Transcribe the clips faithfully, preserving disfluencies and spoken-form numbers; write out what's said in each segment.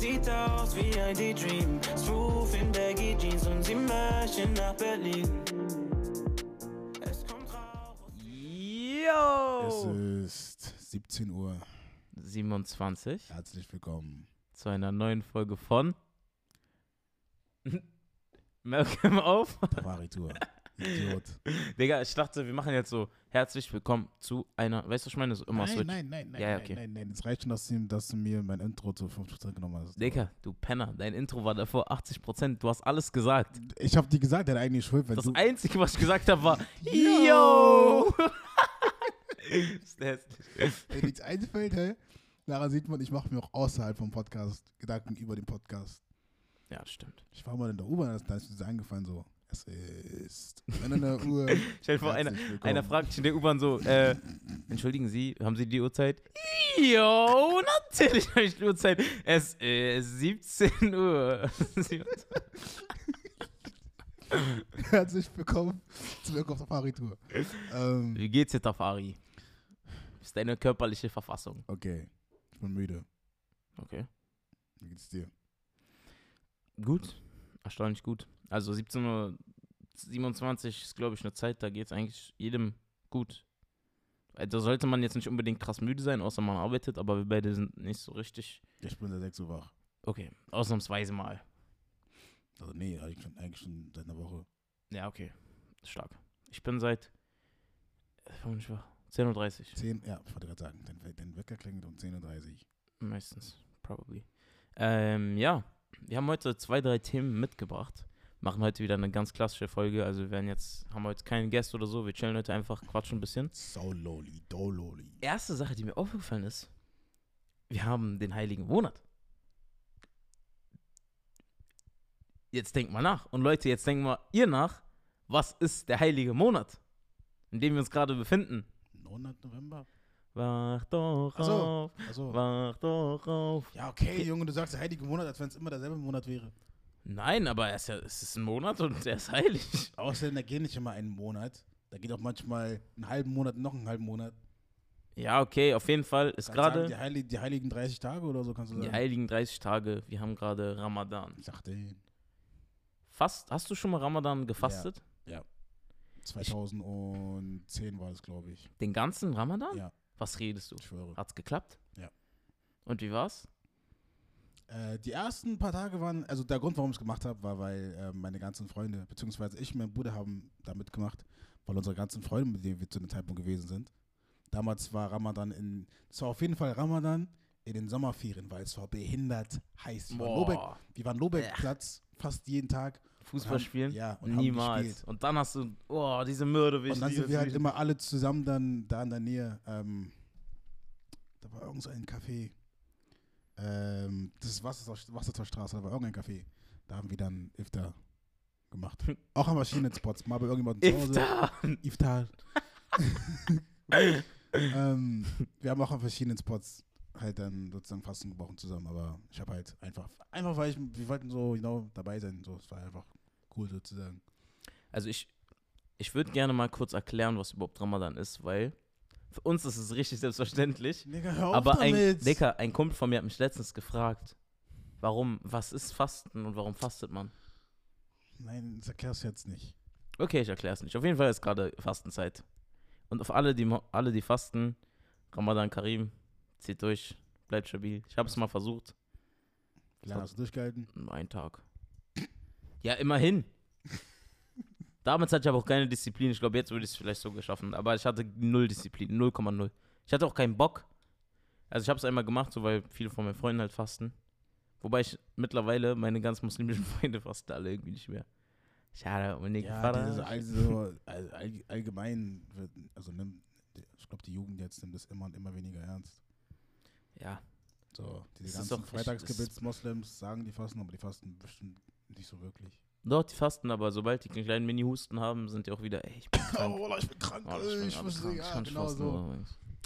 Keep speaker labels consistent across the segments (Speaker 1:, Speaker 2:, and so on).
Speaker 1: sieht aus wie ein Daydream. Smooth in Baggy Jeans und sie möchten nach Berlin. Es kommt Rauch.
Speaker 2: Yo!
Speaker 3: Es ist siebzehn Uhr.
Speaker 2: siebenundzwanzig.
Speaker 3: Herzlich willkommen.
Speaker 2: Zu einer neuen Folge von Malcolm auf.
Speaker 3: Tafari-Tour. Idiot.
Speaker 2: Digga, ich dachte, wir machen jetzt so herzlich willkommen zu einer, weißt du, was ich meine? So immer
Speaker 3: Nein,
Speaker 2: Switch.
Speaker 3: nein, nein, nein,
Speaker 2: Ja,
Speaker 3: nein,
Speaker 2: okay.
Speaker 3: nein, nein. Es reicht schon, dass du, dass du mir mein Intro zu fünf Prozent genommen hast.
Speaker 2: Digga, du Penner, dein Intro war davor achtzig Prozent, du hast alles gesagt.
Speaker 3: Ich hab dir gesagt, der hat eigentlich Schuld, wenn
Speaker 2: Das
Speaker 3: du...
Speaker 2: Einzige, was ich gesagt habe, war
Speaker 3: Yo!
Speaker 2: Yo! Ist hässlich.
Speaker 3: Wenn nichts einfällt, hä? Daran sieht man, ich mache mir auch außerhalb vom Podcast Gedanken über den Podcast.
Speaker 2: Ja, das stimmt.
Speaker 3: Ich war mal in der U-Bahn, da ist mir so eingefallen, so, es ist in der Uhr.
Speaker 2: Stell dir vor, einer,
Speaker 3: Herzlich willkommen.
Speaker 2: einer fragt dich in der U-Bahn so, äh, entschuldigen Sie, haben Sie die Uhrzeit? Jo, natürlich habe ich die Uhrzeit. Es ist siebzehn Uhr.
Speaker 3: Herzlich willkommen zu Malcolm auf Tafari-Tour. Ähm,
Speaker 2: Wie geht's dir, Tafari? Wie ist deine körperliche Verfassung?
Speaker 3: okay, ich bin müde.
Speaker 2: Okay.
Speaker 3: Wie geht's dir?
Speaker 2: Gut, erstaunlich gut. Also siebzehn Uhr siebenundzwanzig ist, glaube ich, eine Zeit, da geht es eigentlich jedem gut. Da sollte man jetzt nicht unbedingt krass müde sein, außer man arbeitet, aber wir beide sind nicht so richtig.
Speaker 3: Ich bin seit sechs Uhr wach.
Speaker 2: Okay, ausnahmsweise mal.
Speaker 3: Also nee, eigentlich schon, eigentlich schon seit einer Woche.
Speaker 2: Ja, okay, stark. Ich bin seit zehn Uhr dreißig.
Speaker 3: zehn, ja, ich wollte gerade sagen, dein, dein Wecker klingelt um zehn Uhr dreißig.
Speaker 2: Meistens, probably. Ähm, ja, wir haben heute zwei, drei Themen mitgebracht. Machen heute wieder eine ganz klassische Folge. Also wir werden jetzt, haben heute keinen Gast oder so. Wir chillen heute einfach, quatschen ein bisschen.
Speaker 3: So loli, do loli.
Speaker 2: Erste Sache, die mir aufgefallen ist, wir haben den heiligen Monat. Jetzt denkt mal nach. Und Leute, jetzt denkt mal ihr nach, was ist der heilige Monat, in dem wir uns gerade befinden?
Speaker 3: neunten November?
Speaker 2: Wach doch
Speaker 3: Ach so,
Speaker 2: auf,
Speaker 3: ach so.
Speaker 2: wach doch auf.
Speaker 3: Ja, okay, Junge, du sagst der heilige Monat, als wenn es immer derselbe Monat wäre.
Speaker 2: Nein, aber er ist ja, es ist ein Monat und er ist heilig.
Speaker 3: Außerdem, da geht nicht immer einen Monat. Da geht auch manchmal einen halben Monat, noch einen halben Monat.
Speaker 2: Ja, okay, auf jeden Fall ist
Speaker 3: Kannst
Speaker 2: gerade
Speaker 3: sagen, Die, Heilig, die heiligen dreißig Tage oder so, kannst du
Speaker 2: die
Speaker 3: sagen.
Speaker 2: heiligen dreißig Tage, wir haben gerade Ramadan.
Speaker 3: Ich dachte,
Speaker 2: Fast, hast du schon mal Ramadan gefastet?
Speaker 3: zweitausendzehn war es, glaube ich.
Speaker 2: Den ganzen Ramadan?
Speaker 3: Ja,
Speaker 2: Was redest du?
Speaker 3: ich schwöre.
Speaker 2: Hat's geklappt?
Speaker 3: Ja.
Speaker 2: Und wie war's?
Speaker 3: Äh, die ersten paar Tage waren, also der Grund, warum ich es gemacht habe, war, weil äh, meine ganzen Freunde, beziehungsweise ich und mein Bruder haben da mitgemacht, weil unsere ganzen Freunde, mit denen wir zu dem Zeitpunkt gewesen sind. Damals war Ramadan in, es war auf jeden Fall Ramadan in den Sommerferien, weil es war behindert heiß. Wir waren Lobeck, wir waren Lobeckplatz fast jeden Tag.
Speaker 2: Fußball
Speaker 3: haben-
Speaker 2: spielen?
Speaker 3: Ja, und haben
Speaker 2: Niemals.
Speaker 3: gespielt.
Speaker 2: Und dann hast du, oh, diese Mürde.
Speaker 3: Und dann sind wir halt immer alle zusammen dann da in der Nähe. Ähm, da war irgend so ein Café. Ähm, das ist Wassertor- Wassertorstraße, da war irgendein Café. Da haben wir dann Iftar gemacht. Auch an verschiedenen Spots. Mal bei irgendjemandem zu Hause.
Speaker 2: Iftar.
Speaker 3: Iftar. ähm, wir haben auch an verschiedenen Spots halt dann sozusagen Fasten gebrochen zusammen. Aber ich habe halt einfach, einfach weil ich, wir wollten so genau dabei sein. So, es war einfach cool sozusagen.
Speaker 2: Also ich, ich würde gerne mal kurz erklären, was überhaupt Ramadan ist, weil für uns ist es richtig selbstverständlich.
Speaker 3: Digga, hör auf
Speaker 2: Aber ein,
Speaker 3: damit.
Speaker 2: Dicker, ein Kumpel von mir hat mich letztens gefragt, warum, was ist Fasten und warum fastet man?
Speaker 3: Nein, das erklärst du jetzt nicht.
Speaker 2: Okay, ich erkläre es nicht. Auf jeden Fall ist gerade Fastenzeit. Und auf alle, die mo- alle, die fasten, Ramadan Karim, zieht durch, bleibt stabil. Ich habe es mal versucht.
Speaker 3: Wie lange hast du durchgehalten?
Speaker 2: Nur einen Tag. Ja, immerhin. Damals hatte ich aber auch keine Disziplin. Ich glaube, jetzt würde ich es vielleicht so geschaffen. Aber ich hatte null Disziplin, null Komma null. Ich hatte auch keinen Bock. Also ich habe es einmal gemacht, so weil viele von meinen Freunden halt fasten. Wobei ich mittlerweile meine ganz muslimischen Freunde fasten alle irgendwie nicht mehr. Schade, und
Speaker 3: Ja, diese, also, all, all, allgemein, wird, also nimm, ich glaube, die Jugend jetzt nimmt das immer und immer weniger ernst.
Speaker 2: Ja,
Speaker 3: So,
Speaker 2: Das
Speaker 3: diese
Speaker 2: ist
Speaker 3: ganzen
Speaker 2: doch echt-
Speaker 3: Freitagsgebets-Moslems sagen, die fasten, aber die fasten bestimmt nicht so wirklich.
Speaker 2: doch, die fasten, aber sobald die einen kleinen Mini-Husten haben, sind die auch wieder, ey, ich bin krank.
Speaker 3: Oh, ich bin krank,
Speaker 2: Oh, ich bin
Speaker 3: ich
Speaker 2: gerade
Speaker 3: muss
Speaker 2: krank,
Speaker 3: ja,
Speaker 2: ich kann nicht
Speaker 3: genau
Speaker 2: fasten,
Speaker 3: so.
Speaker 2: oder?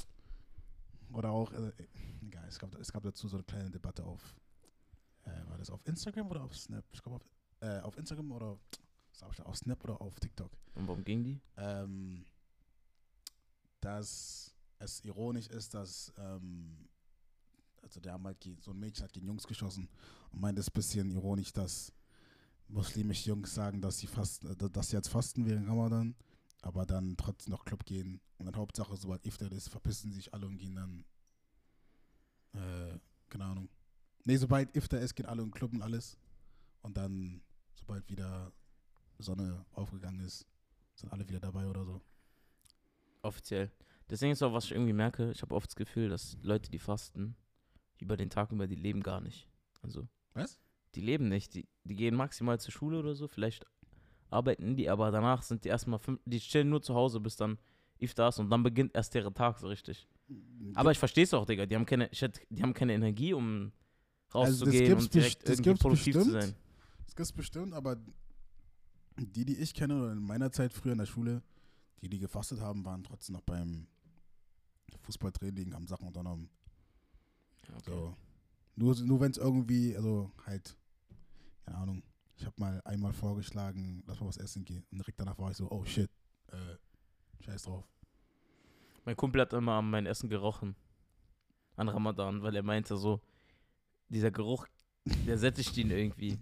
Speaker 3: Oder auch, äh, egal, es gab, es gab dazu so eine kleine Debatte auf, äh, war das auf Instagram oder auf Snap? Ich glaube, auf, äh, auf Instagram oder, was sag ich da, auf Snap oder auf TikTok.
Speaker 2: Und warum ging die?
Speaker 3: Ähm, dass es ironisch ist, dass ähm, also der haben halt, ge- so ein Mädchen hat gegen Jungs geschossen und meint es ein bisschen ironisch, dass muslimische Jungs sagen, dass sie fasten, äh, dass sie jetzt fasten während Ramadan, aber dann trotzdem noch Club gehen und dann Hauptsache, sobald Iftar ist, verpissen sich alle und gehen dann, äh, keine Ahnung. Nee, sobald Iftar ist, gehen alle in den Club und alles und dann, sobald wieder Sonne aufgegangen ist, sind alle wieder dabei oder so.
Speaker 2: Offiziell. Deswegen ist auch, was ich irgendwie merke, ich habe oft das Gefühl, dass Leute, die fasten, über den Tag über, die leben gar nicht. Also,
Speaker 3: Was?
Speaker 2: die leben nicht. Die, die gehen maximal zur Schule oder so, vielleicht arbeiten die, aber danach sind die erstmal fünf, die chillen nur zu Hause, bis dann Iftar ist und dann beginnt erst deren Tag so richtig. Aber ich verstehe es auch, Digga. Die haben keine, ich hätte, die haben keine Energie, um
Speaker 3: Also das
Speaker 2: rauszugehen
Speaker 3: gibt's
Speaker 2: und direkt
Speaker 3: best- das
Speaker 2: irgendwie
Speaker 3: gibt's
Speaker 2: produktiv zu
Speaker 3: bestimmt.
Speaker 2: sein.
Speaker 3: Das gibt's bestimmt, aber die, die ich kenne, oder in meiner Zeit früher in der Schule, die, die gefastet haben, waren trotzdem noch beim Fußballtraining, haben Sachen unternommen.
Speaker 2: Ja, okay.
Speaker 3: So. Nur, nur wenn es irgendwie, also halt, keine Ahnung, ich habe mal einmal vorgeschlagen, lass mal was essen gehen. Und direkt danach war ich so, oh shit, äh, scheiß drauf.
Speaker 2: Mein Kumpel hat immer an mein Essen gerochen. An Ramadan, weil er meinte so, dieser Geruch, der sättigt ihn irgendwie.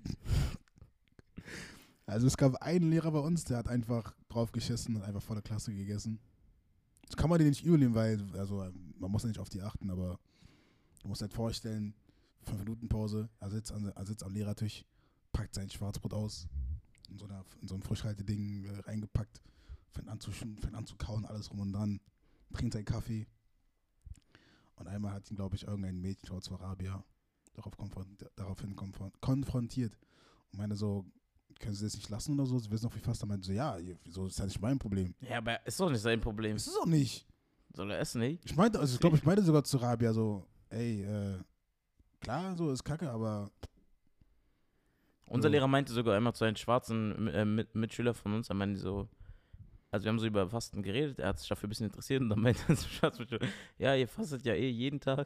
Speaker 3: Also es gab einen Lehrer bei uns, der hat einfach drauf geschissen und einfach vor der Klasse gegessen. Das kann man dir nicht übel nehmen, weil, also man muss ja nicht auf die achten, aber du musst halt vorstellen, fünf Minuten Pause, er sitzt, an, er sitzt am Lehrertisch, packt sein Schwarzbrot aus, in so, einer, in so ein Frischhalteding äh, reingepackt, fängt an, zu, fängt an zu kauen, alles rum und dran, trinkt seinen Kaffee. Und einmal hat ihn, glaube ich, irgendein Mädchen aus Arabia darauf konfront, daraufhin konfront, konfrontiert und meine so, können Sie das nicht lassen oder so? Sie wissen doch, wie fast. Er meinte so, ja, so ist ja nicht mein Problem.
Speaker 2: Ja, aber ist doch nicht sein Problem.
Speaker 3: Das ist auch nicht.
Speaker 2: Soll er essen, ey?
Speaker 3: Ich meinte, also ich glaube, ich meinte sogar zu Rabia so, ey, äh, klar, so ist kacke, aber
Speaker 2: Unser
Speaker 3: So.
Speaker 2: Lehrer meinte sogar einmal zu einem schwarzen äh, Mit Mitschüler von uns, er meinte so, also wir haben so über Fasten geredet, er hat sich dafür ein bisschen interessiert und dann meinte er so, Schwarzmitschüler, ja, ihr fastet ja eh jeden Tag.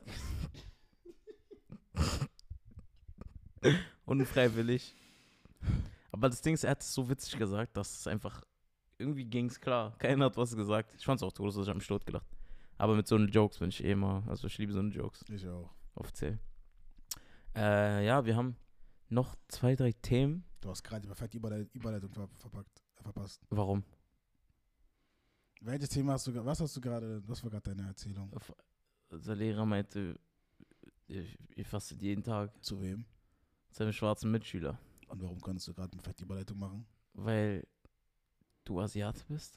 Speaker 2: Unfreiwillig. Aber das Ding ist, er hat es so witzig gesagt, dass es einfach, irgendwie ging es klar. Keiner hat was gesagt. Ich fand es auch toll, ich habe mich tot gelacht. Aber mit so einen Jokes bin ich eh immer, also ich liebe so eine Jokes,
Speaker 3: ich auch.
Speaker 2: offiziell. Äh, ja, wir haben noch zwei, drei Themen.
Speaker 3: Du hast gerade die perfekte Überleit Überleitung ver verpackt, äh, verpasst.
Speaker 2: Warum?
Speaker 3: Welches Thema hast du, ge- was hast du gerade, was war gerade deine Erzählung?
Speaker 2: Unser Lehrer meinte, ihr, ihr fastet jeden Tag.
Speaker 3: Zu wem?
Speaker 2: Seine schwarzen Mitschüler.
Speaker 3: Und warum konntest du gerade eine perfekte Überleitung machen?
Speaker 2: Weil du Asiate bist?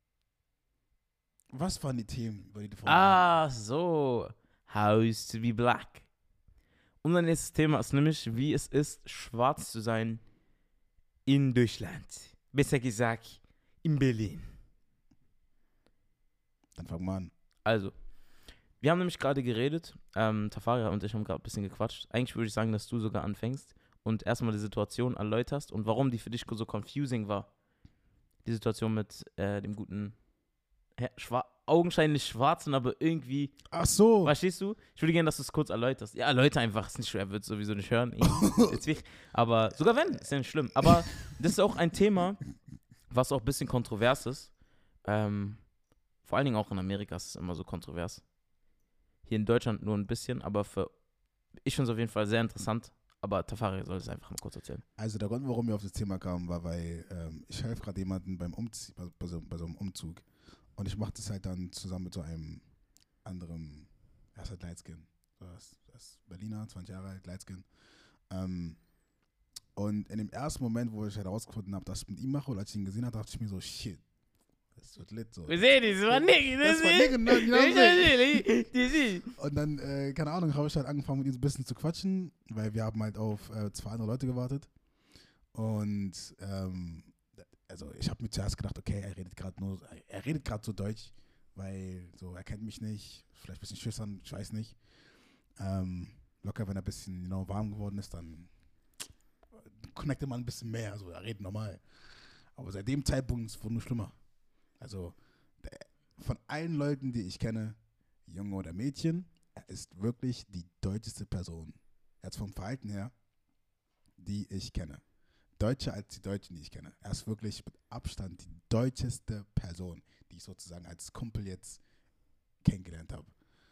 Speaker 3: Was waren die Themen, über die du vorhin
Speaker 2: Ah, so. How to be black. Unser nächstes Thema ist nämlich, wie es ist, schwarz zu sein in Deutschland. Besser gesagt, in Berlin.
Speaker 3: Dann fang mal an.
Speaker 2: Also, wir haben nämlich gerade geredet, ähm, Tafaria und ich haben gerade ein bisschen gequatscht. Eigentlich würde ich sagen, dass du sogar anfängst und erstmal die Situation erläuterst und warum die für dich so confusing war. Die Situation mit äh, dem guten, Herr- schwa augenscheinlich schwarzen, aber irgendwie,
Speaker 3: Ach so.
Speaker 2: verstehst du? Ich würde gerne, dass du es kurz erläuterst. Ja, erläuter einfach, ist nicht schwer, er wird sowieso nicht hören. Ist wichtig. Aber sogar wenn, ist ja nicht schlimm. Aber das ist auch ein Thema, was auch ein bisschen kontrovers ist. Ähm, vor allen Dingen auch in Amerika ist es immer so kontrovers. Hier in Deutschland nur ein bisschen, aber für ich finde es auf jeden Fall sehr interessant. Aber Tafari soll es einfach mal kurz erzählen.
Speaker 3: Also der Grund, warum wir auf das Thema kamen, war, weil ähm, ich helfe gerade jemandem beim Umzie bei, bei, so, bei so einem Umzug. Und ich mache das halt dann zusammen mit so einem anderen, er ist halt Lightskin. So, er ist, er ist Berliner, zwanzig Jahre alt, Lightskin. Ähm, und in dem ersten Moment, wo ich halt herausgefunden habe, dass ich mit ihm mache, oder als ich ihn gesehen habe, dachte ich mir so, shit, das wird lit so.
Speaker 2: Wir sehen, das war Nick.
Speaker 3: Das war Nick, genau, genau so. Und dann, äh, keine Ahnung, habe ich halt angefangen, mit ihm so ein bisschen zu quatschen, weil wir haben halt auf äh, zwei andere Leute gewartet. Und ähm, also ich habe mir zuerst gedacht, okay, er redet gerade nur, er redet gerade so Deutsch, weil so, er kennt mich nicht, vielleicht ein bisschen schüchtern, ich weiß nicht. Ähm, locker, wenn er ein bisschen you know, warm geworden ist, dann connectet man ein bisschen mehr, also er redet normal. Aber seit dem Zeitpunkt ist es wohl nur schlimmer. Also der, von allen Leuten, die ich kenne, Junge oder Mädchen, er ist wirklich die deutscheste Person, jetzt vom Verhalten her, die ich kenne. Deutscher als die Deutschen, die ich kenne. Er ist wirklich mit Abstand die deutscheste Person, die ich sozusagen als Kumpel jetzt kennengelernt habe.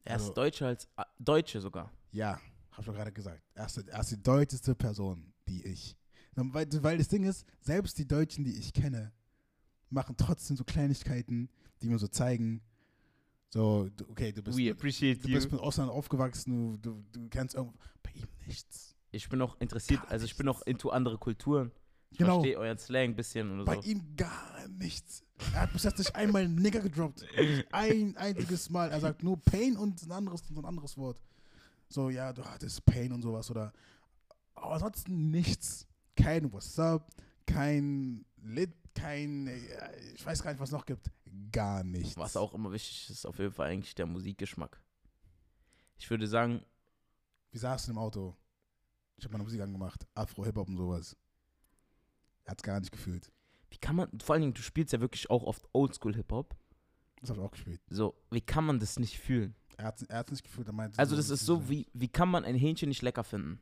Speaker 2: Er
Speaker 3: Also-
Speaker 2: ist Deutscher als äh, Deutsche sogar.
Speaker 3: Ja, hab ich doch gerade gesagt. Er ist, er ist die deutscheste Person, die ich. Weil, weil das Ding ist, selbst die Deutschen, die ich kenne, machen trotzdem so Kleinigkeiten, die mir so zeigen, so, du, okay, du bist,
Speaker 2: We appreciate
Speaker 3: du
Speaker 2: you.
Speaker 3: bist mit Ausland aufgewachsen, du, du, du kennst irgendwo, bei ihm nichts.
Speaker 2: Ich bin auch interessiert,
Speaker 3: Gar
Speaker 2: also ich bin
Speaker 3: nichts.
Speaker 2: auch into andere Kulturen. Ich
Speaker 3: Genau.
Speaker 2: verstehe euren Slang ein bisschen oder
Speaker 3: Bei
Speaker 2: so.
Speaker 3: ihm gar nichts. Er hat bis jetzt nicht einmal einen Nigger gedroppt. Ein einziges Mal. Er sagt nur Pain und ein anderes, so ein anderes Wort. So, ja, du hattest Pain und sowas oder. Aber ansonsten nichts. Kein What's up, kein Lit, kein. äh, Ich weiß gar nicht, was es noch gibt. Gar nichts.
Speaker 2: Was auch immer wichtig ist, ist auf jeden Fall eigentlich der Musikgeschmack. Ich würde sagen,
Speaker 3: Wir saßen im Auto. Ich habe meine Musik angemacht. Afro, Hip-Hop und sowas. Er hat es gar nicht gefühlt.
Speaker 2: wie kann man, vor allen Dingen, du spielst ja wirklich auch oft Oldschool-Hip-Hop.
Speaker 3: Das habe ich auch gespielt.
Speaker 2: So, wie kann man das nicht fühlen?
Speaker 3: Er hat es nicht gefühlt. Er meinte
Speaker 2: Also
Speaker 3: so,
Speaker 2: das ist so, wie, wie kann man ein Hähnchen nicht lecker finden?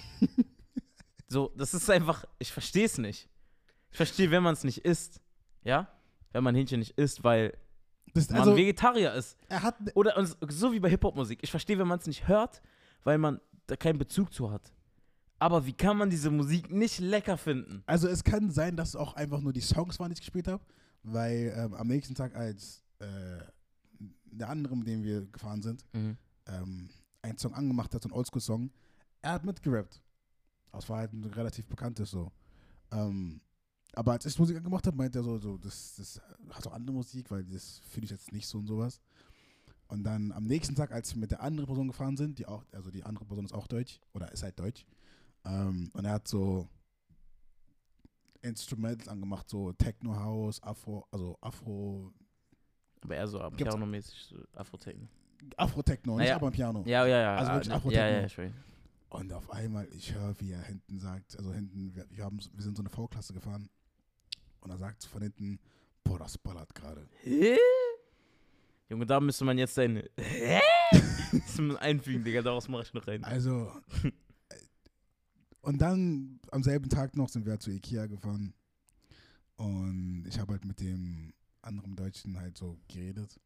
Speaker 2: So, das ist einfach, ich verstehe es nicht. Ich verstehe, wenn man es nicht isst, ja? Wenn man Hähnchen nicht isst, weil
Speaker 3: Das,
Speaker 2: man
Speaker 3: also,
Speaker 2: Vegetarier ist.
Speaker 3: er hat.
Speaker 2: Oder und so wie bei Hip-Hop-Musik. Ich verstehe, wenn man es nicht hört, weil man da keinen Bezug zu hat. Aber wie kann man diese Musik nicht lecker finden?
Speaker 3: Also es kann sein, dass es auch einfach nur die Songs waren, die ich gespielt habe, weil ähm, am nächsten Tag, als äh, der andere, mit dem wir gefahren sind,
Speaker 2: Mhm.
Speaker 3: ähm, einen Song angemacht hat, so einen Oldschool-Song, er hat mitgerappt. Das war halt ein relativ bekanntes so. Ähm, aber als ich Musik angemacht habe, meinte er so, so das, das hat auch andere Musik, weil das finde ich jetzt nicht so und sowas. Und dann am nächsten Tag, als wir mit der anderen Person gefahren sind, die auch, also die andere Person ist auch deutsch, oder ist halt deutsch, ähm, und er hat so Instrumentals angemacht, so Techno House, Afro, also Afro,
Speaker 2: Aber eher so
Speaker 3: Gibt's-
Speaker 2: pianomäßig, so Afro-Techno.
Speaker 3: Afro-Techno, nicht
Speaker 2: Naja.
Speaker 3: aber am Piano.
Speaker 2: Ja, ja, ja.
Speaker 3: Also wirklich
Speaker 2: ja,
Speaker 3: Afro-Techno.
Speaker 2: ja, ja, ich weiß.
Speaker 3: Und auf einmal, ich höre, wie er hinten sagt, also hinten, wir, wir, haben, wir sind so eine V-Klasse gefahren und er sagt von hinten, boah, das ballert gerade.
Speaker 2: Hä? Junge, da müsste man jetzt seine. Hä? Das muss man einfügen, Digga, daraus mache ich noch rein.
Speaker 3: Also, äh, und dann am selben Tag noch sind wir zu Ikea gefahren und ich habe halt mit dem anderen Deutschen halt so geredet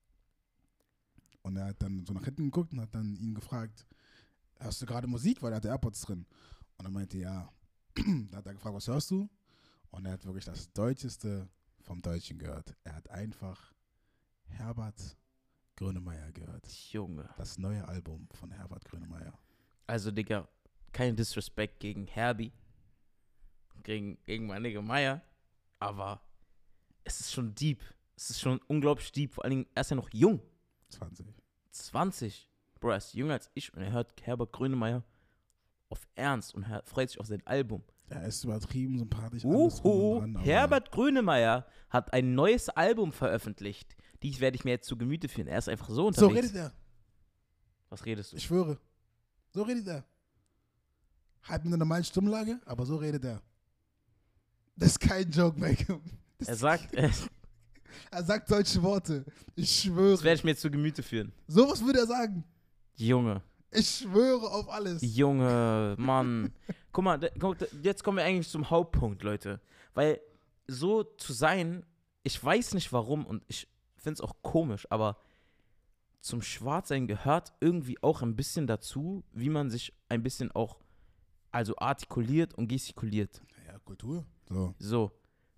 Speaker 3: und er hat dann so nach hinten geguckt und hat dann ihn gefragt, hast du gerade Musik, weil er hatte AirPods drin und er meinte, ja. Da hat er gefragt, was hörst du? Und er hat wirklich das Deutscheste vom Deutschen gehört. Er hat einfach Herbert Grönemeyer gehört.
Speaker 2: Junge.
Speaker 3: Das neue Album von Herbert Grönemeyer.
Speaker 2: Also, Digga, kein Disrespect gegen Herbie. Gegen, gegen mein Nigga Meier. Aber es ist schon deep. Es ist schon unglaublich deep. Vor allen Dingen, er ist ja noch jung.
Speaker 3: zwanzig.
Speaker 2: zwanzig. Bro, er ist jünger als ich und er hört Herbert Grönemeyer auf Ernst und er freut sich auf sein Album.
Speaker 3: Er ist übertrieben sympathisch. alles drum
Speaker 2: Uhu,
Speaker 3: und dran, aber
Speaker 2: Herbert Grönemeyer hat ein neues Album veröffentlicht. Dies werde ich mir jetzt zu Gemüte führen. Er ist einfach so
Speaker 3: So
Speaker 2: unterwegs.
Speaker 3: redet er.
Speaker 2: Was redest du?
Speaker 3: Ich schwöre. So redet er. Halt mit einer normalen Stimmlage, aber so redet er. Das ist kein Joke, Malcolm. Das
Speaker 2: Er sagt, äh,
Speaker 3: Er sagt solche Worte. Ich schwöre.
Speaker 2: das werde ich mir jetzt zu Gemüte führen.
Speaker 3: Sowas würde er sagen.
Speaker 2: Junge,
Speaker 3: Ich schwöre auf alles.
Speaker 2: Junge, Mann. Guck mal, da, guck, da, jetzt kommen wir eigentlich zum Hauptpunkt, Leute. Weil so zu sein, ich weiß nicht warum und ich finde es auch komisch, aber zum Schwarzsein gehört irgendwie auch ein bisschen dazu, wie man sich ein bisschen auch, also artikuliert und gestikuliert.
Speaker 3: Ja, Kultur. So.
Speaker 2: So,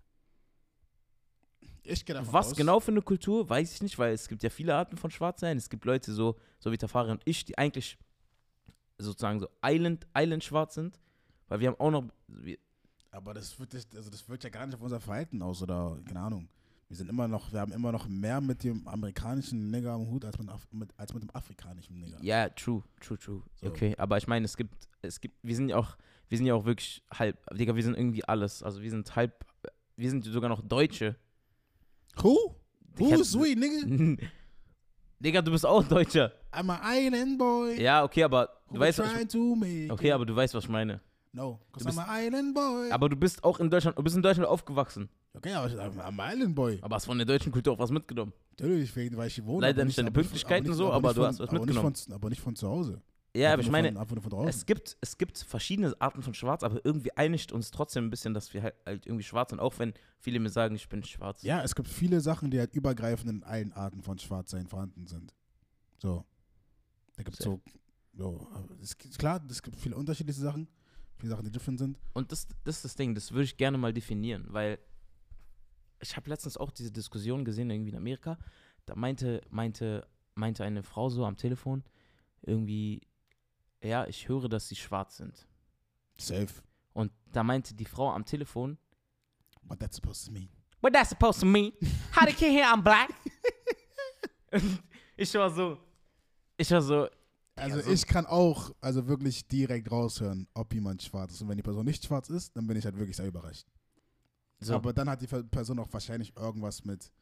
Speaker 3: Ich gehe davon
Speaker 2: was
Speaker 3: aus.
Speaker 2: genau für eine Kultur, weiß ich nicht, weil es gibt ja viele Arten von Schwarzsein. Es gibt Leute so, so wie Tafari und ich, die eigentlich sozusagen so Island, Island schwarz sind, weil wir haben auch noch, wir,
Speaker 3: Aber das wird, nicht- also das wirkt ja gar nicht auf unser Verhalten aus oder keine Ahnung. Wir sind immer noch, wir haben immer noch mehr mit dem amerikanischen Nigger am Hut als mit, Af- mit, als mit dem afrikanischen Nigger.
Speaker 2: ja, true, true, true,
Speaker 3: So.
Speaker 2: okay, aber ich meine, es gibt, es gibt, wir sind ja auch, wir sind ja auch wirklich halb, Digga, wir sind irgendwie alles, also wir sind halb, wir sind sogar noch Deutsche.
Speaker 3: Who?
Speaker 2: Ich
Speaker 3: Who
Speaker 2: hab-
Speaker 3: is we, nigga?
Speaker 2: Digga, du bist auch Deutscher.
Speaker 3: I'm an island boy.
Speaker 2: Ja, okay, aber
Speaker 3: who
Speaker 2: du weißt, was
Speaker 3: trying
Speaker 2: ich,
Speaker 3: to make
Speaker 2: okay,
Speaker 3: it.
Speaker 2: aber du weißt, was ich meine.
Speaker 3: No, because
Speaker 2: Du bist-
Speaker 3: I'm an island boy.
Speaker 2: Aber du bist auch in Deutschland, du bist in Deutschland aufgewachsen,
Speaker 3: okay, aber ich, I'm, I'm an island boy.
Speaker 2: aber hast von der deutschen Kultur auch was mitgenommen.
Speaker 3: Natürlich, wegen, weil ich hier wohne.
Speaker 2: Leider
Speaker 3: aber
Speaker 2: nicht deine
Speaker 3: aber
Speaker 2: Pünktlichkeit und so,
Speaker 3: nicht-
Speaker 2: aber
Speaker 3: nicht
Speaker 2: du
Speaker 3: von-
Speaker 2: hast was
Speaker 3: aber
Speaker 2: mitgenommen.
Speaker 3: Nicht von, aber nicht von zu Hause.
Speaker 2: Ja, aber
Speaker 3: Einfach
Speaker 2: ich
Speaker 3: nur
Speaker 2: meine,
Speaker 3: Von, einfach nur von draußen.
Speaker 2: es gibt, es gibt verschiedene Arten von Schwarz, aber irgendwie einigt uns trotzdem ein bisschen, dass wir halt, halt irgendwie schwarz sind, auch wenn viele mir sagen, ich bin schwarz.
Speaker 3: Ja, es gibt viele Sachen, die halt übergreifend in allen Arten von Schwarzsein vorhanden sind. So. Da gibt es
Speaker 2: Safe.
Speaker 3: so, so, es ist klar, es gibt viele unterschiedliche Sachen, viele Sachen, die different sind.
Speaker 2: Und das, das ist das Ding, das würde ich gerne mal definieren, weil ich habe letztens auch diese Diskussion gesehen, irgendwie in Amerika. Da meinte, meinte, meinte eine Frau so am Telefon, irgendwie, ja, ich höre, dass sie schwarz sind.
Speaker 3: Safe.
Speaker 2: Und da meinte die Frau am Telefon,
Speaker 3: What that's supposed to mean.
Speaker 2: what that's supposed to mean? How they can't hear I'm black? ich war so, ich war so,
Speaker 3: Also
Speaker 2: Ja, so-
Speaker 3: ich kann auch also wirklich direkt raushören, ob jemand schwarz ist. Und wenn die Person nicht schwarz ist, dann bin ich halt wirklich sehr überrascht.
Speaker 2: so.
Speaker 3: Aber dann hat die Person auch wahrscheinlich irgendwas mit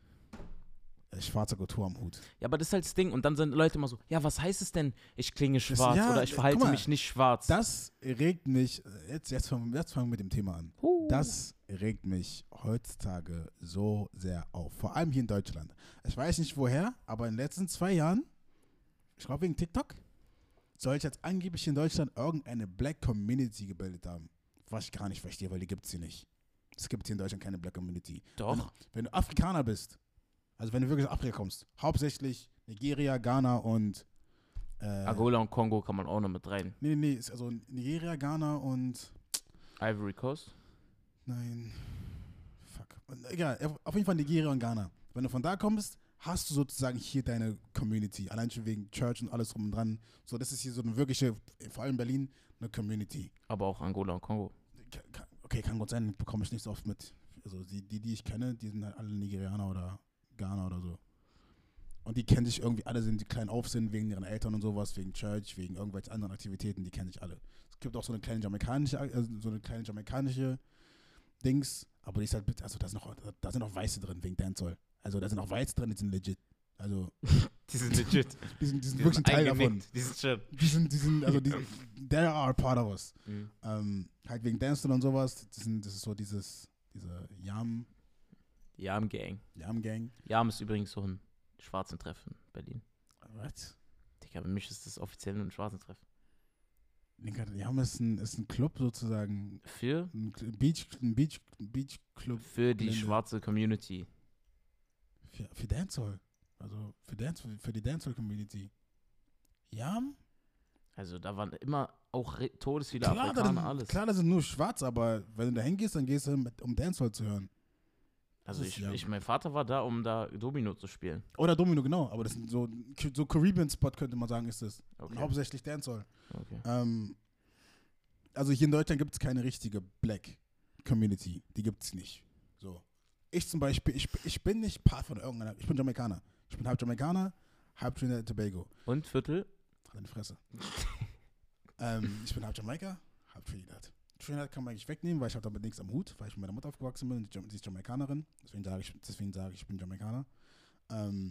Speaker 3: äh, schwarzer Kultur am Hut.
Speaker 2: Ja, aber das ist halt das Ding. Und dann sind Leute immer so, ja, was heißt es denn, ich klinge schwarz
Speaker 3: ja,
Speaker 2: oder ich
Speaker 3: guck
Speaker 2: verhalte
Speaker 3: mal,
Speaker 2: mich nicht schwarz?
Speaker 3: Das regt mich, jetzt, jetzt, fangen, jetzt fangen wir mit dem Thema an.
Speaker 2: Huh.
Speaker 3: Das regt mich heutzutage so sehr auf. Vor allem hier in Deutschland. Ich weiß nicht woher, aber in den letzten zwei Jahren, ich glaube wegen TikTok, soll ich jetzt angeblich in Deutschland irgendeine Black Community gebildet haben. Was ich gar nicht verstehe, weil die gibt es hier nicht. Es gibt hier in Deutschland keine Black Community.
Speaker 2: Doch.
Speaker 3: Wenn, wenn du Afrikaner bist, also wenn du wirklich aus Afrika kommst, hauptsächlich Nigeria, Ghana und äh,
Speaker 2: Angola und Kongo kann man auch noch mit rein.
Speaker 3: Nee, nee, nee, ist also Nigeria, Ghana und
Speaker 2: Ivory Coast.
Speaker 3: nein, fuck. Egal, auf jeden Fall Nigeria und Ghana. Wenn du von da kommst, hast du sozusagen hier deine Community. Allein schon wegen Church und alles drum und dran. So, das ist hier so eine wirkliche, vor allem in Berlin, eine Community.
Speaker 2: Aber auch Angola und Kongo.
Speaker 3: Ka- ka- Okay, kann gut sein, bekomme ich nicht so oft mit. Also die, die, die ich kenne, die sind halt alle Nigerianer oder Ghana oder so. Und die kenne ich irgendwie alle, sind die klein auf sind, wegen ihren Eltern und sowas, wegen Church, wegen irgendwelchen anderen Aktivitäten, die kenne ich alle. Es gibt auch so eine kleine jamaikanische, also so eine kleine jamaikanische Dings, aber die ist halt, also da sind auch, da sind auch Weiße drin, wegen Dancehall. Also da sind auch Weiße drin, die sind legit. Also
Speaker 2: Die sind legit.
Speaker 3: die sind, die sind
Speaker 2: Die
Speaker 3: wirklich ein Teil davon.
Speaker 2: eingenickt. Die sind schon.
Speaker 3: Die sind, die sind, also die, they are part of us.
Speaker 2: Mhm.
Speaker 3: Ähm, halt wegen Dancehall und sowas, das, sind, das ist so dieses, diese Yam,
Speaker 2: Yam Gang.
Speaker 3: Yam Gang.
Speaker 2: Yam ist übrigens so ein schwarzen Treff in Berlin.
Speaker 3: Was?
Speaker 2: Digga, für mich ist das offiziell nur ein schwarzen Treff.
Speaker 3: Yam ist ein, ist ein Club sozusagen,
Speaker 2: Für,
Speaker 3: ein Beach, ein Beach, Beach Club
Speaker 2: für die
Speaker 3: Gelände.
Speaker 2: schwarze Community.
Speaker 3: für, für Dancehall. Also für, Dance, für die Dancehall Community. Yam?
Speaker 2: Also da waren immer auch re- todesviele
Speaker 3: Klar, da
Speaker 2: Afrikaner,
Speaker 3: sind,
Speaker 2: alles.
Speaker 3: klar, das sind nur schwarz, aber wenn du da hingehst, dann gehst du, mit, um Dancehall zu hören.
Speaker 2: Also
Speaker 3: Das ist
Speaker 2: ich,
Speaker 3: Yam.
Speaker 2: ich, mein Vater war da, um da Domino zu spielen.
Speaker 3: Oder Domino, genau. Aber das sind so, so Caribbean-Spot, könnte man sagen, ist das.
Speaker 2: Okay.
Speaker 3: Hauptsächlich Dancehall.
Speaker 2: okay.
Speaker 3: Ähm, also hier in Deutschland gibt es keine richtige Black Community. Die gibt es nicht. So. Ich zum Beispiel, ich, ich bin nicht Part von irgendeiner, ich bin Jamaikaner. Ich bin halb Jamaikaner, halb Trinidad und Tobago.
Speaker 2: Und Viertel?
Speaker 3: Halt deine Fresse. ähm, ich bin halb Jamaika, halb Trinidad. Trinidad kann man eigentlich wegnehmen, weil ich habe damit nichts am Hut, weil ich mit meiner Mutter aufgewachsen bin und die, sie ist Jamaikanerin. Deswegen sage ich, deswegen sage ich, ich bin Jamaikaner. Ähm,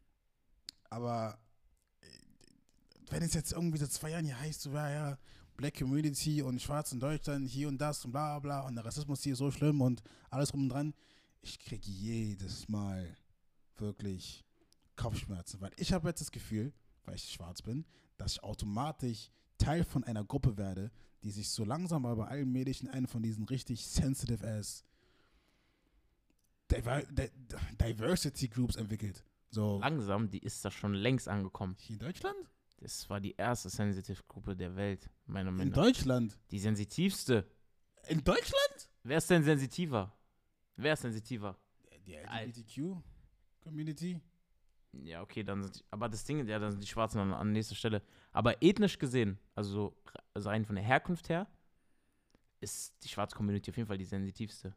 Speaker 3: aber äh, wenn es jetzt irgendwie seit zwei Jahren hier heißt, so, ja, ja, Black Community und Schwarz in Deutschland, hier und das und bla bla und der Rassismus hier ist so schlimm und alles rum und dran, ich kriege jedes Mal wirklich Kopfschmerzen, weil ich habe jetzt das Gefühl, weil ich schwarz bin, dass ich automatisch Teil von einer Gruppe werde, die sich so langsam aber allmählich in einen von diesen richtig sensitive ass Diver- Di- Diversity Groups entwickelt. So,
Speaker 2: Langsam, die ist da schon längst angekommen.
Speaker 3: hier in Deutschland?
Speaker 2: Das war die erste Sensitive-Gruppe der Welt, meiner
Speaker 3: In
Speaker 2: Meinung nach.
Speaker 3: Deutschland?
Speaker 2: Die sensitivste.
Speaker 3: In Deutschland?
Speaker 2: Wer ist denn sensitiver? Wer ist sensitiver?
Speaker 3: Die L G B T Q-Community?
Speaker 2: Ja, okay, dann sind die, aber das Ding, ja, dann sind die Schwarzen an, an nächster Stelle. Aber ethnisch gesehen, also, so, also rein von der Herkunft her, ist die schwarze Community auf jeden Fall die sensitivste.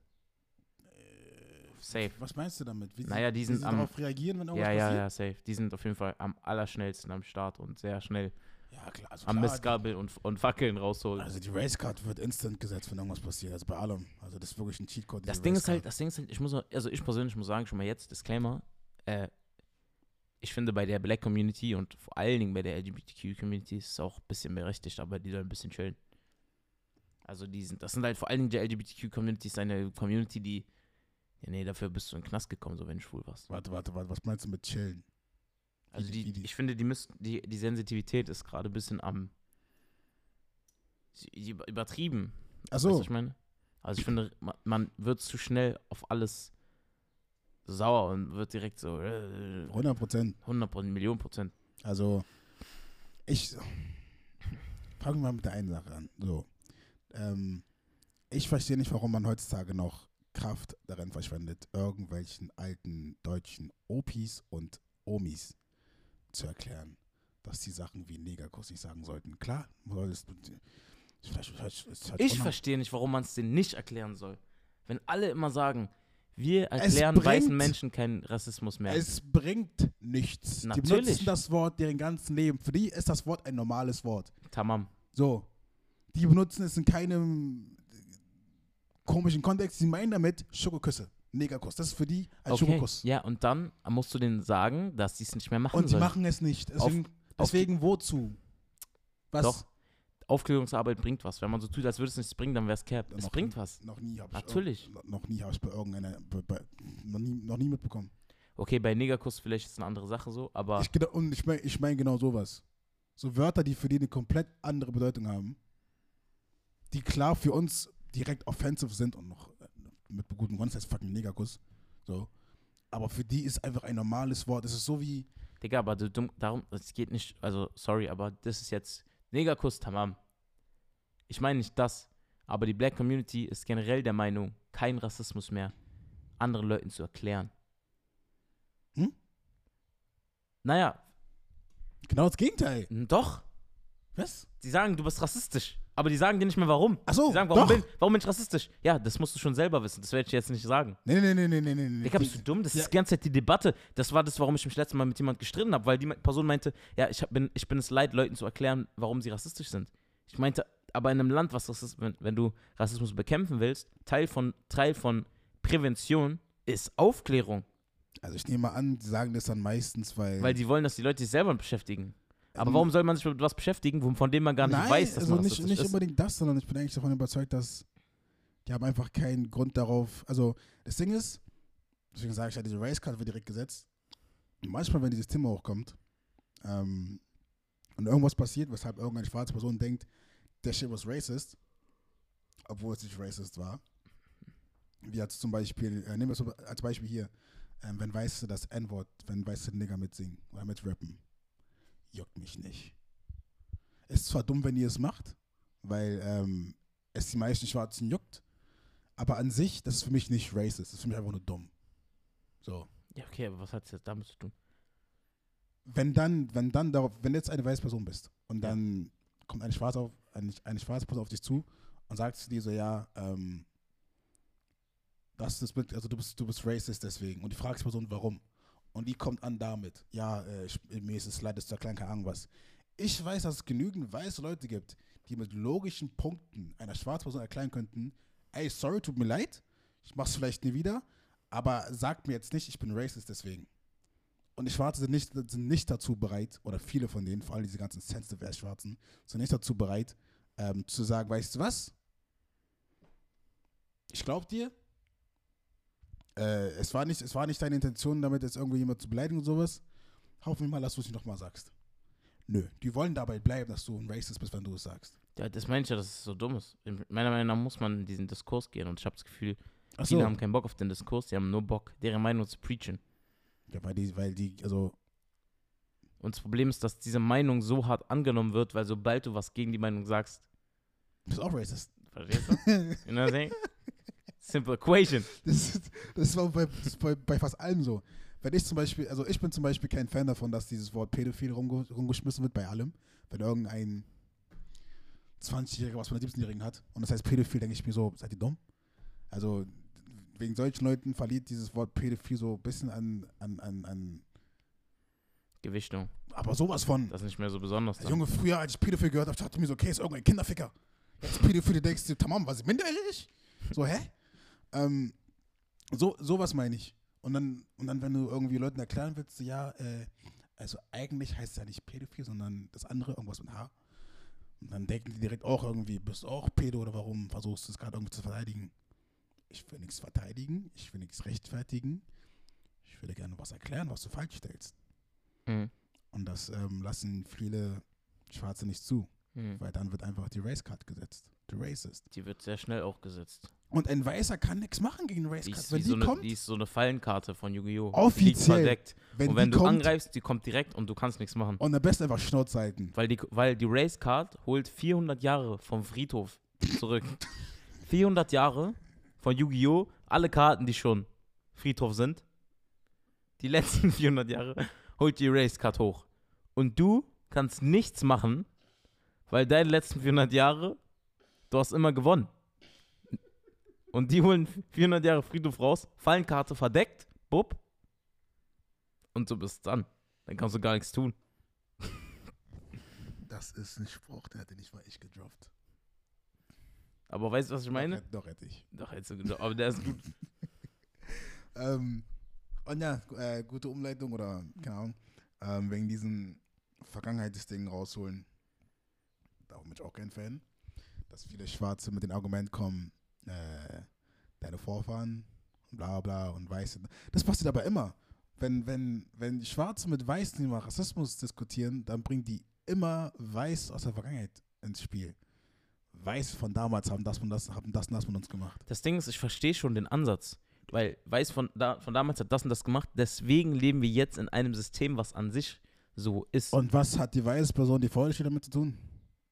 Speaker 2: Safe.
Speaker 3: Was meinst du damit? Wie
Speaker 2: Naja, die
Speaker 3: wie
Speaker 2: sind
Speaker 3: sie
Speaker 2: am-
Speaker 3: darauf reagieren, wenn irgendwas
Speaker 2: Ja, ja,
Speaker 3: passiert?
Speaker 2: ja, safe. Die sind auf jeden Fall am allerschnellsten am Start und sehr schnell
Speaker 3: Ja, klar. Also
Speaker 2: am
Speaker 3: klar,
Speaker 2: Mistgabel und, und Fackeln rausholen.
Speaker 3: Also die Racecard wird instant gesetzt, wenn irgendwas passiert. Also bei allem. Also das ist wirklich ein Cheatcode.
Speaker 2: Das
Speaker 3: diese
Speaker 2: Ding ist halt,
Speaker 3: Racecard.
Speaker 2: das Ding ist halt, ich muss, auch- also ich persönlich muss sagen, schon mal jetzt, Disclaimer, äh, ich finde bei der Black Community und vor allen Dingen bei der L G B T Q-Community ist es auch ein bisschen berechtigt, aber die sollen ein bisschen chillen. Also die sind, das sind halt vor allen Dingen die L G B T Q-Community ist eine Community, die, ja nee, dafür bist du in den Knast gekommen, so wenn du schwul warst.
Speaker 3: Warte, warte, warte. Was meinst du mit chillen?
Speaker 2: Also
Speaker 3: Wie-
Speaker 2: die,
Speaker 3: wie die-
Speaker 2: ich finde, die, müssen, die, die Sensitivität ist gerade ein bisschen am sie- sie über- übertrieben.
Speaker 3: Ach
Speaker 2: Weißt du,
Speaker 3: so.
Speaker 2: was ich meine? Also ich finde, man, man wird zu schnell auf alles sauer und wird direkt so äh,
Speaker 3: hundert Prozent.
Speaker 2: hundert Prozent, Millionen Prozent.
Speaker 3: Also ich fange mal mit der einen Sache an. So, ähm, ich verstehe nicht, warum man heutzutage noch Kraft darin verschwendet, irgendwelchen alten deutschen Opis und Omis zu erklären, dass die Sachen wie Negerkuss nicht sagen sollten. Klar, man soll es, vielleicht, vielleicht, ist halt
Speaker 2: Ich
Speaker 3: unheim-
Speaker 2: verstehe nicht, warum man es denen nicht erklären soll. Wenn alle immer sagen, wir
Speaker 3: Es
Speaker 2: erklären
Speaker 3: bringt-
Speaker 2: weißen Menschen keinen Rassismus mehr.
Speaker 3: Es bringt nichts.
Speaker 2: Natürlich.
Speaker 3: Die benutzen das Wort deren ganzen Leben. Für die ist das Wort ein normales Wort.
Speaker 2: Tamam.
Speaker 3: So. Die benutzen es in keinem komischen Kontext. Sie meinen damit Schokoküsse. Negerkuss. Das ist für die ein
Speaker 2: Okay.
Speaker 3: Schokokuss.
Speaker 2: Ja, und dann musst du denen sagen, dass sie es nicht mehr machen
Speaker 3: Und sie
Speaker 2: sollen.
Speaker 3: machen es nicht. Deswegen,
Speaker 2: auf-
Speaker 3: deswegen wozu? Was?
Speaker 2: Doch. Aufklärungsarbeit bringt was. Wenn man so tut, als würde es nichts bringen, dann wäre es Cap. Es
Speaker 3: Noch
Speaker 2: bringt
Speaker 3: nie-
Speaker 2: was.
Speaker 3: Noch nie habe ich,
Speaker 2: Natürlich.
Speaker 3: irg- noch nie hab ich bei irgendeiner, bei, bei, noch, nie, noch nie mitbekommen.
Speaker 2: Okay, bei Negerkuss vielleicht ist es eine andere Sache so, aber
Speaker 3: Ich, geda- und ich meine ich mein genau sowas. So Wörter, die für die eine komplett andere Bedeutung haben, die klar für uns direkt offensive sind und noch äh, mit gutem Grund, das heißt fucking Negerkuss. So. Aber für die ist einfach ein normales Wort. Es ist so wie,
Speaker 2: Digga, aber du, dumm, darum, es geht nicht, also sorry, aber das ist jetzt Negerkuss, tamam. Ich meine nicht das, aber die Black Community ist generell der Meinung, kein Rassismus mehr anderen Leuten zu erklären.
Speaker 3: Hm?
Speaker 2: Naja,
Speaker 3: genau das Gegenteil.
Speaker 2: n- doch.
Speaker 3: Was?
Speaker 2: Die sagen, du bist rassistisch, aber die sagen dir nicht mehr warum.
Speaker 3: Ach so,
Speaker 2: Die sagen, warum
Speaker 3: doch.
Speaker 2: bin, warum bin ich rassistisch? Ja, das musst du schon selber wissen, das werde ich jetzt nicht sagen.
Speaker 3: Nee, nee, nee, nee, nee, nee, nee.
Speaker 2: Digga, bist du dumm? Das
Speaker 3: Ja.
Speaker 2: ist die ganze Zeit die Debatte. Das war das, warum ich mich letztes Mal mit jemand gestritten habe, weil die me- Person meinte, ja, ich, hab, bin, ich bin es leid, Leuten zu erklären, warum sie rassistisch sind. Ich meinte, aber in einem Land, was Rassismus, wenn, wenn du Rassismus bekämpfen willst, Teil von, Teil von Prävention ist Aufklärung,
Speaker 3: Also ich nehme mal an, die sagen das dann meistens, weil...
Speaker 2: weil die wollen, dass die Leute sich selber beschäftigen. Aber
Speaker 3: Ähm,
Speaker 2: warum soll man sich mit was beschäftigen, wo- von dem man gar nicht
Speaker 3: Nein,
Speaker 2: weiß, dass
Speaker 3: also
Speaker 2: man
Speaker 3: nicht,
Speaker 2: rassistisch
Speaker 3: nicht
Speaker 2: ist?
Speaker 3: unbedingt das, sondern ich bin eigentlich davon überzeugt, dass die haben einfach keinen Grund darauf. Also das Ding ist, deswegen sage ich ja, diese Racecard wird direkt gesetzt. Und manchmal, wenn dieses Thema hochkommt ähm, und irgendwas passiert, weshalb irgendeine schwarze Person denkt, der Shit was racist, obwohl es nicht racist war. Wie jetzt zum Beispiel, äh, nehmen wir es so als Beispiel hier, ähm, wenn Weiße das N-Wort, wenn Weiße Nigger mitsingen oder mitrappen, juckt mich nicht. Ist zwar dumm, wenn ihr es macht, weil ähm, es die meisten Schwarzen juckt, aber an sich, das ist für mich nicht racist, das ist für mich einfach nur dumm. So.
Speaker 2: Ja, okay, aber was hat es jetzt damit zu tun?
Speaker 3: Wenn dann, wenn dann darauf, wenn du jetzt eine weiße Person bist und dann kommt eine schwarze, auf, eine, eine schwarze Person auf dich zu und sagt zu dir so, ja, ähm, das ist mit, also du bist, du bist racist deswegen. Und die fragst die Person, warum? Und die kommt an damit, ja, äh, ich, mir ist es leid, das ist ja klein, keine Ahnung was. Ich weiß, dass es genügend weiße Leute gibt, die mit logischen Punkten einer schwarzen Person erklären könnten, ey, sorry, tut mir leid, ich mach's vielleicht nie wieder, aber sagt mir jetzt nicht, ich bin racist deswegen. Und die Schwarzen sind nicht, sind nicht dazu bereit, oder viele von denen, vor allem diese ganzen sensitive Schwarzen, sind nicht dazu bereit, ähm, zu sagen, weißt du was? Ich glaub dir, äh, es, war nicht, es war nicht deine Intention, damit jetzt irgendwie jemand zu beleidigen und sowas. Hoff mich mal, dass du es nicht nochmal sagst. Nö, die wollen dabei bleiben, dass du ein Racist bist, wenn du es sagst.
Speaker 2: Ja, das meine ich ja, dass es so dumm ist. In meiner Meinung nach muss man in diesen Diskurs gehen und ich habe das Gefühl,
Speaker 3: Ach
Speaker 2: viele
Speaker 3: so.
Speaker 2: haben keinen Bock auf den Diskurs, die haben nur Bock, deren Meinung zu preachen.
Speaker 3: Ja, weil die, weil die, also,
Speaker 2: Und das Problem ist, dass diese Meinung so hart angenommen wird, weil sobald du was gegen die Meinung sagst,
Speaker 3: das ist auch racist.
Speaker 2: verstehst du? You know what I'm saying? Simple equation.
Speaker 3: Das ist, das war bei, das ist bei, bei fast allem so. Wenn ich zum Beispiel, also ich bin zum Beispiel kein Fan davon, dass dieses Wort Pädophil rumge, rumgeschmissen wird bei allem. Wenn irgendein zwanzigjähriger was von einer siebzehnjährigen hat und das heißt Pädophil, denke ich mir so, seid ihr dumm? Also wegen solchen Leuten verliert dieses Wort Pädophil so ein bisschen an, an, an, an
Speaker 2: Gewichtung.
Speaker 3: aber sowas von.
Speaker 2: Das ist nicht mehr so besonders.
Speaker 3: Der
Speaker 2: Dann.
Speaker 3: Junge, früher, als ich Pädophil gehört habe, dachte ich mir so, okay, ist irgendein Kinderficker. Jetzt Pädophile, denkst du, tamam, war sie minderjährig? So, hä? Ähm, so, sowas meine ich. Und dann, und dann, wenn du irgendwie Leuten erklären willst, so, ja, äh, also eigentlich heißt es ja nicht Pädophil, sondern das andere, irgendwas mit H. Und dann denken die direkt auch irgendwie, bist du auch Pädo oder warum versuchst du es gerade irgendwie zu verteidigen? Ich will nichts verteidigen, ich will nichts rechtfertigen. Ich würde gerne was erklären, was du falsch stellst.
Speaker 2: Mhm.
Speaker 3: Und das ähm, lassen viele Schwarze nicht zu.
Speaker 2: Mhm.
Speaker 3: Weil dann wird einfach die Racecard gesetzt. du Racist.
Speaker 2: Die wird sehr schnell auch gesetzt.
Speaker 3: Und ein Weißer kann nichts machen gegen einen
Speaker 2: Die
Speaker 3: Racecard.
Speaker 2: ist,
Speaker 3: Wenn
Speaker 2: wie
Speaker 3: die
Speaker 2: so eine,
Speaker 3: kommt,
Speaker 2: die ist so eine Fallenkarte von Yu-Gi-Oh!
Speaker 3: Offiziell,
Speaker 2: Die liegt verdeckt.
Speaker 3: wenn
Speaker 2: Und wenn
Speaker 3: die
Speaker 2: du
Speaker 3: kommt,
Speaker 2: angreifst, die kommt direkt und du kannst nichts machen.
Speaker 3: und am besten einfach Schnauze halten.
Speaker 2: Weil die, weil die Race-Card holt vierhundert Jahre vom Friedhof zurück. vierhundert Jahre von Yu-Gi-Oh! Alle Karten, die schon Friedhof sind, die letzten vierhundert Jahre, holt die Race-Card hoch. Und du kannst nichts machen, weil deine letzten vierhundert Jahre, du hast immer gewonnen. Und die holen vierhundert Jahre Friedhof raus, Fallenkarte verdeckt, bupp, und du bist dann. Dann kannst du gar nichts tun.
Speaker 3: Das ist ein Spruch, der hätte nicht mal ich gedroppt.
Speaker 2: Aber weißt du, was ich meine?
Speaker 3: Doch, doch hätte ich.
Speaker 2: Doch, hättest du gedacht, aber der ist gut.
Speaker 3: ähm, und ja, äh, gute Umleitung oder, keine Ahnung, ähm, wegen diesem Vergangenheitsding rausholen. Darum bin ich auch kein Fan. Dass viele Schwarze mit dem Argument kommen, äh, deine Vorfahren, bla bla und Weiße. Das passiert aber immer. Wenn, wenn, wenn Schwarze mit Weißen über Rassismus diskutieren, dann bringen die immer Weiß aus der Vergangenheit ins Spiel. Weiß von damals haben das und das, haben das und das mit uns gemacht.
Speaker 2: Das Ding ist, ich verstehe schon den Ansatz. Weil Weiß von, da, von damals hat das und das gemacht, deswegen leben wir jetzt in einem System, was an sich so ist.
Speaker 3: Und was hat die weiße Person, die vor dir steht, damit zu tun?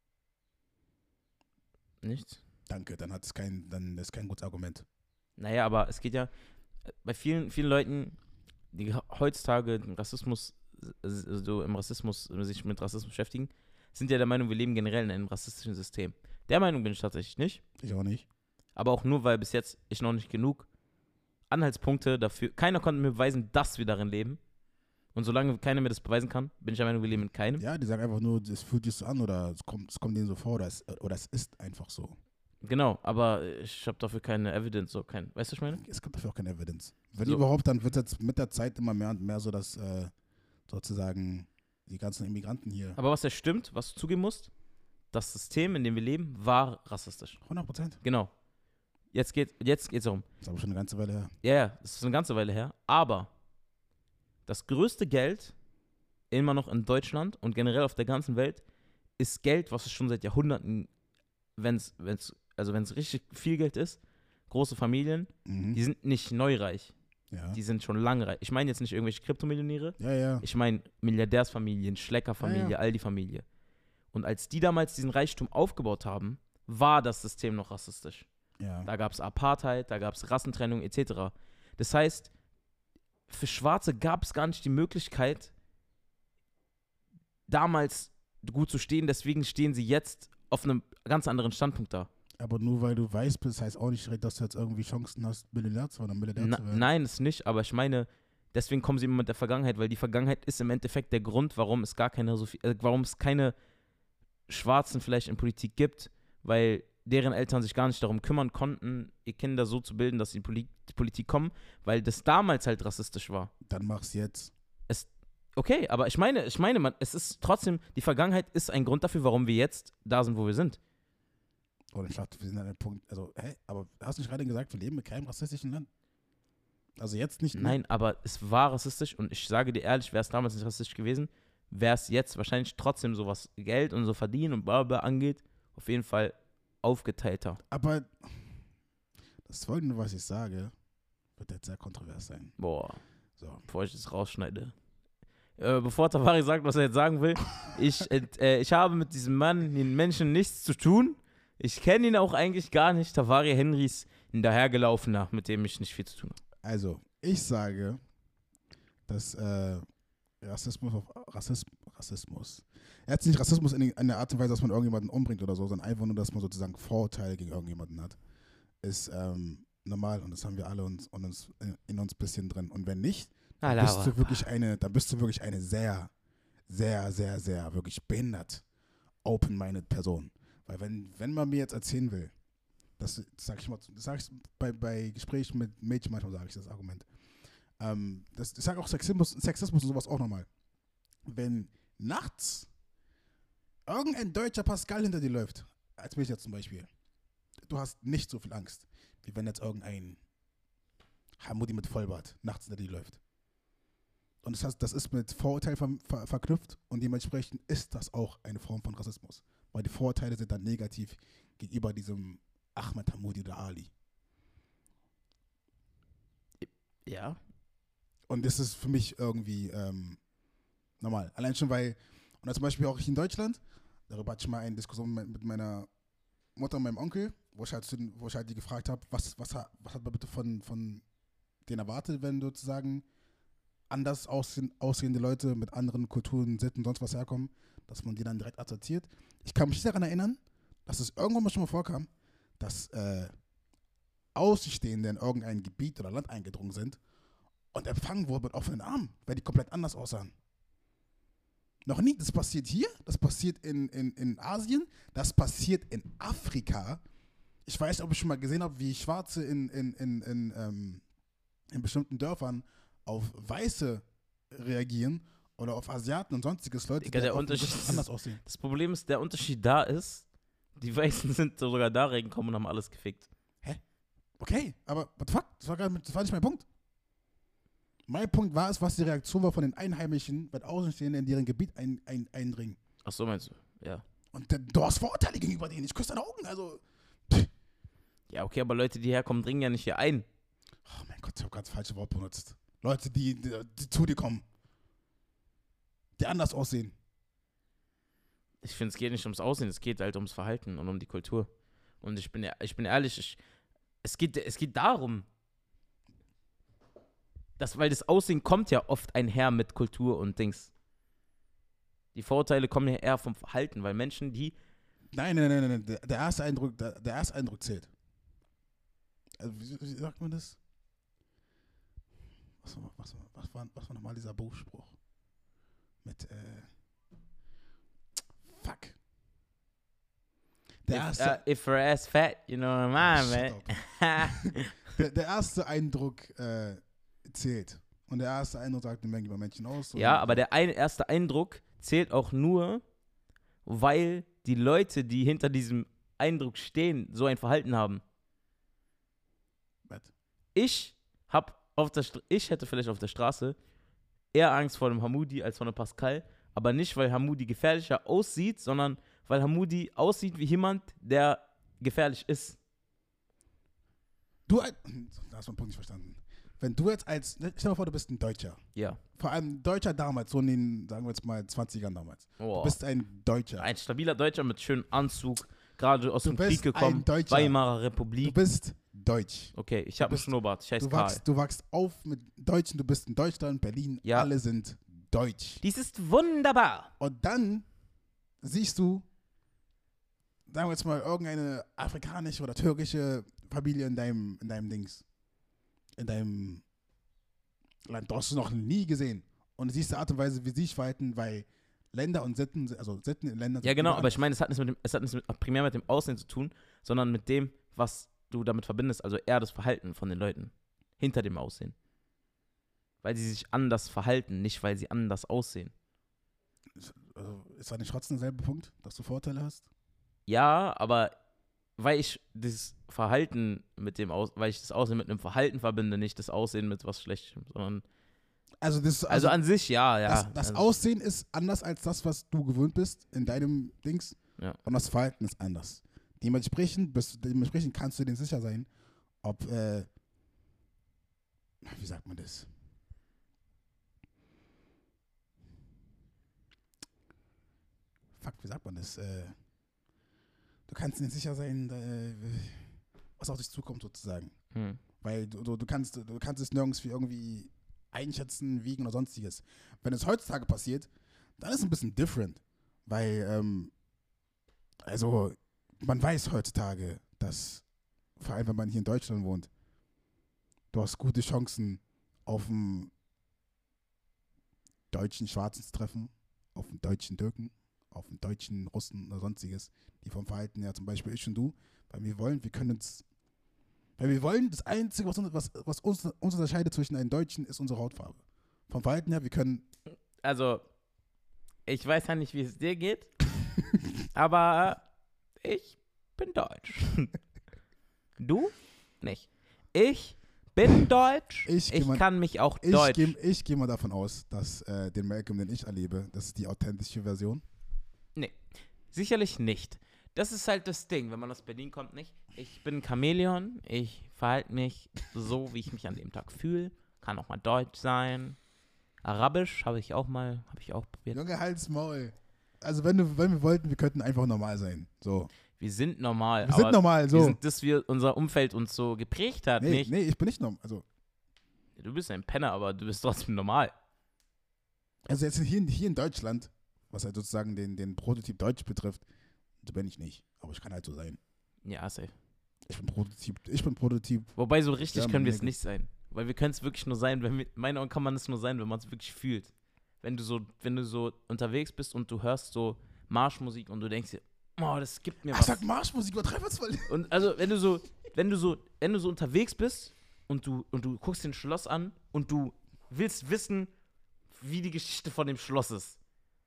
Speaker 2: Nichts?
Speaker 3: Danke, dann hat es kein, dann ist kein gutes Argument.
Speaker 2: Naja, aber es geht ja bei vielen, vielen Leuten, die heutzutage den Rassismus, so im Rassismus, sich mit Rassismus beschäftigen, sind ja der Meinung, wir leben generell in einem rassistischen System. Der Meinung bin ich tatsächlich nicht.
Speaker 3: Ich auch nicht.
Speaker 2: Aber auch nur, weil bis jetzt ich noch nicht genug Anhaltspunkte dafür, keiner konnte mir beweisen, dass wir darin leben. Und solange keiner mir das beweisen kann, bin ich der Meinung, wir leben in keinem.
Speaker 3: Ja, die sagen einfach nur, es fühlt sich so an oder es kommt, es kommt denen so vor oder es, oder es ist einfach so.
Speaker 2: Genau, aber ich habe dafür keine Evidence, so kein, weißt du, was ich meine?
Speaker 3: Es gibt dafür auch keine Evidence. Wenn
Speaker 2: So.
Speaker 3: überhaupt, dann wird jetzt mit der Zeit immer mehr und mehr so, dass äh, sozusagen die ganzen Immigranten hier.
Speaker 2: Aber was ja stimmt, was du zugeben musst, das System, in dem wir leben, war rassistisch.
Speaker 3: hundert Prozent.
Speaker 2: Genau. Jetzt geht jetzt geht's darum.
Speaker 3: Das ist aber schon eine ganze Weile her.
Speaker 2: Ja, ja, das ist eine ganze Weile her. Aber das größte Geld immer noch in Deutschland und generell auf der ganzen Welt ist Geld, was es schon seit Jahrhunderten, wenn's, wenn's, also wenn es richtig viel Geld ist, große Familien,
Speaker 3: Mhm.
Speaker 2: die sind nicht neureich.
Speaker 3: Ja.
Speaker 2: Die sind schon lange reich. Ich meine jetzt nicht irgendwelche Kryptomillionäre.
Speaker 3: ja, ja.
Speaker 2: Ich meine Milliardärsfamilien, Schleckerfamilie,
Speaker 3: Ja, ja.
Speaker 2: Aldi-Familie. Und als die damals diesen Reichtum aufgebaut haben, war das System noch rassistisch.
Speaker 3: ja.
Speaker 2: Da gab es Apartheid, da gab es Rassentrennung et cetera. Das heißt, für Schwarze gab es gar nicht die Möglichkeit, damals gut zu stehen. Deswegen stehen sie jetzt auf einem ganz anderen Standpunkt da.
Speaker 3: Aber nur weil du weiß bist, heißt auch nicht direkt, dass du jetzt irgendwie Chancen hast, Millionär zu werden oder Milliardär
Speaker 2: Na,
Speaker 3: zu werden.
Speaker 2: nein, ist nicht, aber ich meine, deswegen kommen sie immer mit der Vergangenheit, weil die Vergangenheit ist im Endeffekt der Grund, warum es gar keine so viel, äh, warum es keine Schwarzen vielleicht in Politik gibt, weil deren Eltern sich gar nicht darum kümmern konnten, ihr Kinder so zu bilden, dass sie in Poli- die Politik kommen, weil das damals halt rassistisch war.
Speaker 3: Dann mach's jetzt.
Speaker 2: Okay, aber ich meine, ich meine, man, es ist trotzdem, die Vergangenheit ist ein Grund dafür, warum wir jetzt da sind, wo wir sind.
Speaker 3: Oder ich dachte, wir sind an einem Punkt, also, hä? Aber hast du nicht gerade gesagt, wir leben in keinem rassistischen Land? Also jetzt nicht mehr?
Speaker 2: Nein, aber es war rassistisch und ich sage dir ehrlich, wäre es damals nicht rassistisch gewesen, wäre es jetzt wahrscheinlich trotzdem so was Geld und so verdienen und bla bla angeht, auf jeden Fall aufgeteilter.
Speaker 3: Aber das Folgende, was ich sage, wird jetzt sehr kontrovers sein.
Speaker 2: Boah,
Speaker 3: So.
Speaker 2: bevor ich das rausschneide. Äh, bevor Tafari sagt, was er jetzt sagen will, ich, äh, äh, ich habe mit diesem Mann, den Menschen, nichts zu tun. Ich kenne ihn auch eigentlich gar nicht. Tafari Henry ist ein dahergelaufener, mit dem ich nicht viel zu tun habe.
Speaker 3: Also, ich sage, dass äh, Rassismus auf Rassism, Rassismus. Er hat nicht Rassismus in, in der Art und Weise, dass man irgendjemanden umbringt oder so, sondern einfach nur, dass man sozusagen Vorurteile gegen irgendjemanden hat. Ist ähm, normal und das haben wir alle uns, und uns in, in uns ein bisschen drin. Und wenn nicht, dann bist du wirklich eine, dann bist du wirklich eine sehr, sehr, sehr, sehr, wirklich behindert, open-minded Person. Weil wenn, wenn man mir jetzt erzählen will, das, das sage ich mal, das sage ich bei, bei Gesprächen mit Mädchen manchmal, sage ich das Argument. Ähm, das, ich sage auch Sexismus, Sexismus und sowas auch nochmal. Wenn nachts irgendein deutscher Pascal hinter dir läuft, als mich jetzt zum Beispiel, du hast nicht so viel Angst, wie wenn jetzt irgendein Hamudi mit Vollbart nachts hinter dir läuft. Und das heißt, das ist mit Vorurteil ver ver verknüpft und dementsprechend ist das auch eine Form von Rassismus. weil die Vorurteile sind dann negativ gegenüber diesem Ahmed Hamoudi oder Ali.
Speaker 2: Ja.
Speaker 3: Und das ist für mich irgendwie ähm, normal. Allein schon, weil, und dann zum Beispiel auch hier in Deutschland, darüber hatte ich mal eine Diskussion mit, mit meiner Mutter und meinem Onkel, wo ich halt, zu den, wo ich halt die gefragt habe, was, was, ha- was hat man bitte von, von denen erwartet, wenn sozusagen anders aussehen, aussehende Leute mit anderen Kulturen, Sitten und sonst was herkommen, dass man die dann direkt akzeptiert. Ich kann mich nicht daran erinnern, dass es irgendwann mal schon mal vorkam, dass äh, Außenstehende in irgendein Gebiet oder Land eingedrungen sind und empfangen wurden mit offenen Armen, weil die komplett anders aussahen. Noch nie, das passiert hier, das passiert in, in, in Asien, das passiert in Afrika. Ich weiß nicht, ob ich schon mal gesehen habe, wie Schwarze in, in, in, in, ähm, in bestimmten Dörfern auf Weiße reagieren oder auf Asiaten und sonstiges Leute,
Speaker 2: Digga, der
Speaker 3: auf-
Speaker 2: Unterschied ist-
Speaker 3: anders aussehen.
Speaker 2: Das Problem ist, der Unterschied da ist, die Weißen sind sogar da reingekommen und haben alles gefickt.
Speaker 3: Okay, aber what the fuck? Das war, gar nicht, das war nicht mein Punkt. Mein Punkt war es, was die Reaktion war von den Einheimischen, wenn Außenstehende in deren Gebiet ein, ein, eindringen.
Speaker 2: Ach so, meinst du? Ja.
Speaker 3: Und der, du hast Vorurteile gegenüber denen. Ich küsse deine Augen. Also,
Speaker 2: Ja, okay, aber Leute, die herkommen, dringen ja nicht hier ein.
Speaker 3: oh mein Gott, ich habe ganz falsche Wort benutzt. Leute, die, die, die zu dir kommen. Die anders aussehen.
Speaker 2: Ich finde, es geht nicht ums Aussehen, es geht halt ums Verhalten und um die Kultur. Und ich bin, e- ich bin ehrlich, ich, es, geht, es geht darum, dass, weil das Aussehen kommt ja oft einher mit Kultur und Dings. Die Vorurteile kommen ja eher vom Verhalten, weil Menschen, die,
Speaker 3: Nein, nein, nein, nein, nein. Der, der, erste Eindruck, der, der erste Eindruck zählt. Also, wie, wie sagt man das? Was, war- was, war- was, war, was war nochmal dieser Buchspruch? Mit, äh. Fuck. Der
Speaker 2: if,
Speaker 3: erste,
Speaker 2: uh, if her ass fat, you know what I mean,
Speaker 3: Shut
Speaker 2: man.
Speaker 3: der, der erste Eindruck äh, zählt. Und der erste Eindruck sagt eine Menge über Menschen aus. Und
Speaker 2: Ja, aber der ein, erste Eindruck zählt auch nur, weil die Leute, die hinter diesem Eindruck stehen, so ein Verhalten haben.
Speaker 3: Was?
Speaker 2: Ich hab auf der Str- ich hätte vielleicht auf der Straße eher Angst vor dem Hamoudi als vor dem Pascal, aber nicht, weil Hamoudi gefährlicher aussieht, sondern weil Hamoudi aussieht wie jemand, der gefährlich ist.
Speaker 3: Du, ein- da hast du meinen Punkt nicht verstanden. Wenn du jetzt als, stell dir mal vor, du bist ein Deutscher.
Speaker 2: Ja.
Speaker 3: Vor allem ein Deutscher damals, so in den, sagen wir jetzt mal, zwanzigern damals.
Speaker 2: Oh.
Speaker 3: Du bist ein Deutscher.
Speaker 2: Ein stabiler Deutscher mit schönem Anzug, gerade aus
Speaker 3: Du
Speaker 2: dem
Speaker 3: bist
Speaker 2: Krieg gekommen,
Speaker 3: ein Deutscher.
Speaker 2: Weimarer
Speaker 3: Du
Speaker 2: Republik.
Speaker 3: bist Deutsch.
Speaker 2: Okay, ich habe einen
Speaker 3: bist-
Speaker 2: Schnurrbart, ich heiße
Speaker 3: Du
Speaker 2: Karl.
Speaker 3: wachst, du wachst auf mit Deutschen, du bist in Deutschland, Berlin,
Speaker 2: Ja.
Speaker 3: alle sind deutsch.
Speaker 2: Dies ist wunderbar.
Speaker 3: Und dann siehst du, sagen wir jetzt mal, irgendeine afrikanische oder türkische Familie in deinem, in deinem Dings, in deinem Land. Du hast es noch nie gesehen. Und du siehst die Art und Weise, wie sie sich verhalten, weil Länder und Sitten, also Sitten in Ländern
Speaker 2: Ja,
Speaker 3: sind
Speaker 2: genau,
Speaker 3: überall
Speaker 2: aber ich meine, es hat nicht mit dem, es hat nicht mit, primär mit dem Aussehen zu tun, sondern mit dem, was du damit verbindest, also eher das Verhalten von den Leuten hinter dem Aussehen. Weil sie sich anders verhalten, nicht weil sie anders aussehen.
Speaker 3: Also, ist das nicht trotzdem derselbe Punkt, dass du Vorteile hast?
Speaker 2: Ja, aber weil ich das Verhalten mit dem Aus, weil ich das Aussehen mit einem Verhalten verbinde, nicht das Aussehen mit was Schlechtem, sondern
Speaker 3: Also, das,
Speaker 2: also,
Speaker 3: also,
Speaker 2: an sich ja, ja.
Speaker 3: das, das
Speaker 2: also,
Speaker 3: Aussehen ist anders als das, was du gewöhnt bist in deinem Dings.
Speaker 2: Ja.
Speaker 3: Und das Verhalten ist anders. Dementsprechend, bist, dementsprechend kannst du dir sicher sein, ob, äh, wie sagt man das? Fuck, wie sagt man das? Äh, du kannst dir sicher sein, äh, was auf dich zukommt sozusagen.
Speaker 2: Hm.
Speaker 3: Weil du, du, du, kannst, du kannst es nirgends wie irgendwie einschätzen, wiegen oder sonstiges. Wenn es heutzutage passiert, dann ist es ein bisschen different. Weil, ähm, also, man weiß heutzutage, dass, vor allem wenn man hier in Deutschland wohnt, du hast gute Chancen, auf einen deutschen Schwarzen zu treffen, auf einen deutschen Türken, auf einen deutschen Russen oder sonstiges, die vom Verhalten her, zum Beispiel ich und du, weil wir wollen, wir können uns, weil wir wollen, das Einzige, was uns, was, was uns, uns unterscheidet zwischen einem Deutschen, ist unsere Hautfarbe. Vom Verhalten her, wir können,
Speaker 2: Also, ich weiß ja nicht, wie es dir geht, aber ich bin deutsch. Du? Nicht. Ich bin deutsch.
Speaker 3: Ich
Speaker 2: Ich,
Speaker 3: geh mal-
Speaker 2: kann mich auch
Speaker 3: ich
Speaker 2: deutsch.
Speaker 3: gehe ich geh mal davon aus, dass äh, den Malcolm, den ich erlebe, das ist die authentische Version.
Speaker 2: Sicherlich nicht. Das ist halt das Ding, wenn man aus Berlin kommt, nicht? Ich bin ein Chamäleon, ich verhalte mich so, wie ich mich an dem Tag fühle. Kann auch mal Deutsch sein. Arabisch habe ich auch mal, habe ich auch probiert.
Speaker 3: Junge, halt's Maul. Also wenn du, wenn wir wollten, wir könnten einfach normal sein. So.
Speaker 2: Wir sind normal.
Speaker 3: Wir
Speaker 2: aber
Speaker 3: sind normal, so.
Speaker 2: Wir sind, dass wir unser Umfeld uns so geprägt hat,
Speaker 3: Nee,
Speaker 2: nicht?
Speaker 3: nee, ich bin nicht normal. Also,
Speaker 2: Du bist ein Penner, aber du bist trotzdem normal.
Speaker 3: also jetzt hier, in- hier in Deutschland, was halt sozusagen den, den Prototyp Deutsch betrifft, so bin ich nicht. Aber ich kann halt so sein.
Speaker 2: Ja, safe.
Speaker 3: Ich bin Prototyp, ich bin Prototyp.
Speaker 2: Wobei so richtig
Speaker 3: Ja,
Speaker 2: können wir
Speaker 3: mega.
Speaker 2: es nicht sein. Weil wir können es wirklich nur sein, wenn wir, in meinen Augen kann man es nur sein, wenn man es wirklich fühlt. Wenn du so, wenn du so unterwegs bist und du hörst so Marschmusik und du denkst dir, oh, das gibt mir
Speaker 3: Ach,
Speaker 2: was.
Speaker 3: sag Marschmusik, übertreib was voll.
Speaker 2: Und also, wenn du so, wenn du so, wenn du so unterwegs bist und du, und du guckst den Schloss an und du willst wissen, wie die Geschichte von dem Schloss ist.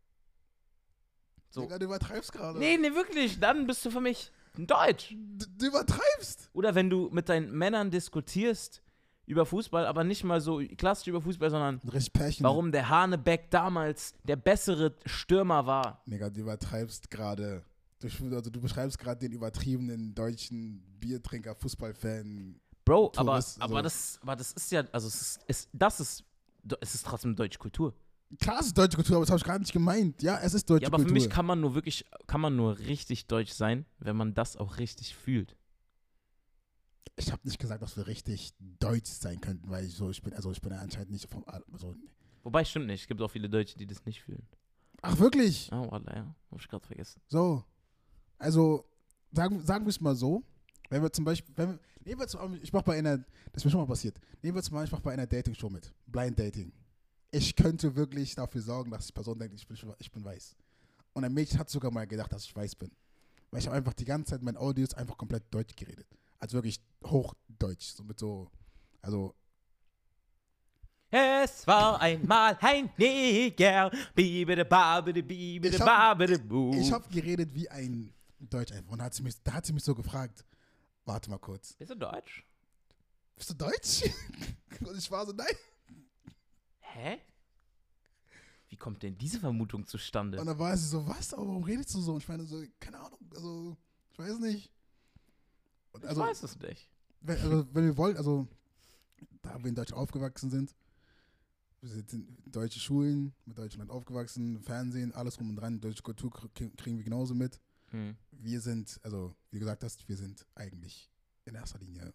Speaker 2: So.
Speaker 3: Digga, du übertreibst gerade.
Speaker 2: Nee, nee, wirklich, dann bist du für mich Deutsch.
Speaker 3: Du, du übertreibst.
Speaker 2: Oder wenn du mit deinen Männern diskutierst über Fußball, aber nicht mal so klassisch über Fußball, sondern
Speaker 3: Richtig Pärchen.
Speaker 2: warum der Hanebeck damals der bessere Stürmer war.
Speaker 3: Digga, du übertreibst gerade. Du, also du beschreibst gerade den übertriebenen deutschen Biertrinker, Fußballfan.
Speaker 2: Bro, aber,
Speaker 3: Tourist, also-
Speaker 2: aber, das, aber das ist ja, also es ist, es, das ist, es ist trotzdem deutsche Kultur.
Speaker 3: Klar, es ist deutsche Kultur, aber das habe ich gar nicht gemeint. Ja, es ist deutsche
Speaker 2: Ja, aber
Speaker 3: Kultur.
Speaker 2: für mich kann man nur wirklich, kann man nur richtig deutsch sein, wenn man das auch richtig fühlt.
Speaker 3: Ich habe nicht gesagt, dass wir richtig deutsch sein könnten, weil ich so, ich bin, also ich bin ja anscheinend nicht vom, also,
Speaker 2: Wobei, stimmt nicht, es gibt auch viele Deutsche, die das nicht fühlen.
Speaker 3: ach wirklich?
Speaker 2: Oh, Wallah, ja, hab ich gerade vergessen.
Speaker 3: So, also sagen, sagen wir es mal so, wenn wir zum Beispiel, wenn wir, nehmen wir zum Beispiel, ich mache bei einer, das ist mir schon mal passiert, nehmen wir zum Beispiel, ich mache bei einer Dating-Show mit, Blind Dating. Ich könnte wirklich dafür sorgen, dass die Person denkt, ich bin, ich bin weiß. Und ein Mädchen hat sogar mal gedacht, dass ich weiß bin. Weil ich habe einfach die ganze Zeit in meinen Audios einfach komplett Deutsch geredet. Also wirklich Hochdeutsch, so mit so, also
Speaker 2: Es war einmal ein Neger, bibede babede bibede
Speaker 3: Ich hab-
Speaker 2: babede bu.
Speaker 3: ich habe geredet wie ein Deutsch einfach. Und da hat sie mich, da hat sie mich so gefragt, warte mal kurz,
Speaker 2: Bist du Deutsch?
Speaker 3: bist du Deutsch? Und ich war so, nein.
Speaker 2: Hä? Wie kommt denn diese Vermutung zustande?
Speaker 3: Und dann war sie so, was, aber warum redest du so? Und ich meine so, keine Ahnung, also, ich weiß nicht. Und also,
Speaker 2: ich weiß es nicht.
Speaker 3: wenn, also, wenn wir wollen, also, da wir in Deutschland aufgewachsen sind, wir sind in deutsche Schulen, mit Deutschland aufgewachsen, Fernsehen, alles rum und dran, deutsche Kultur krie- kriegen wir genauso mit.
Speaker 2: Hm.
Speaker 3: Wir sind, also, wie du gesagt hast, wir sind eigentlich in erster Linie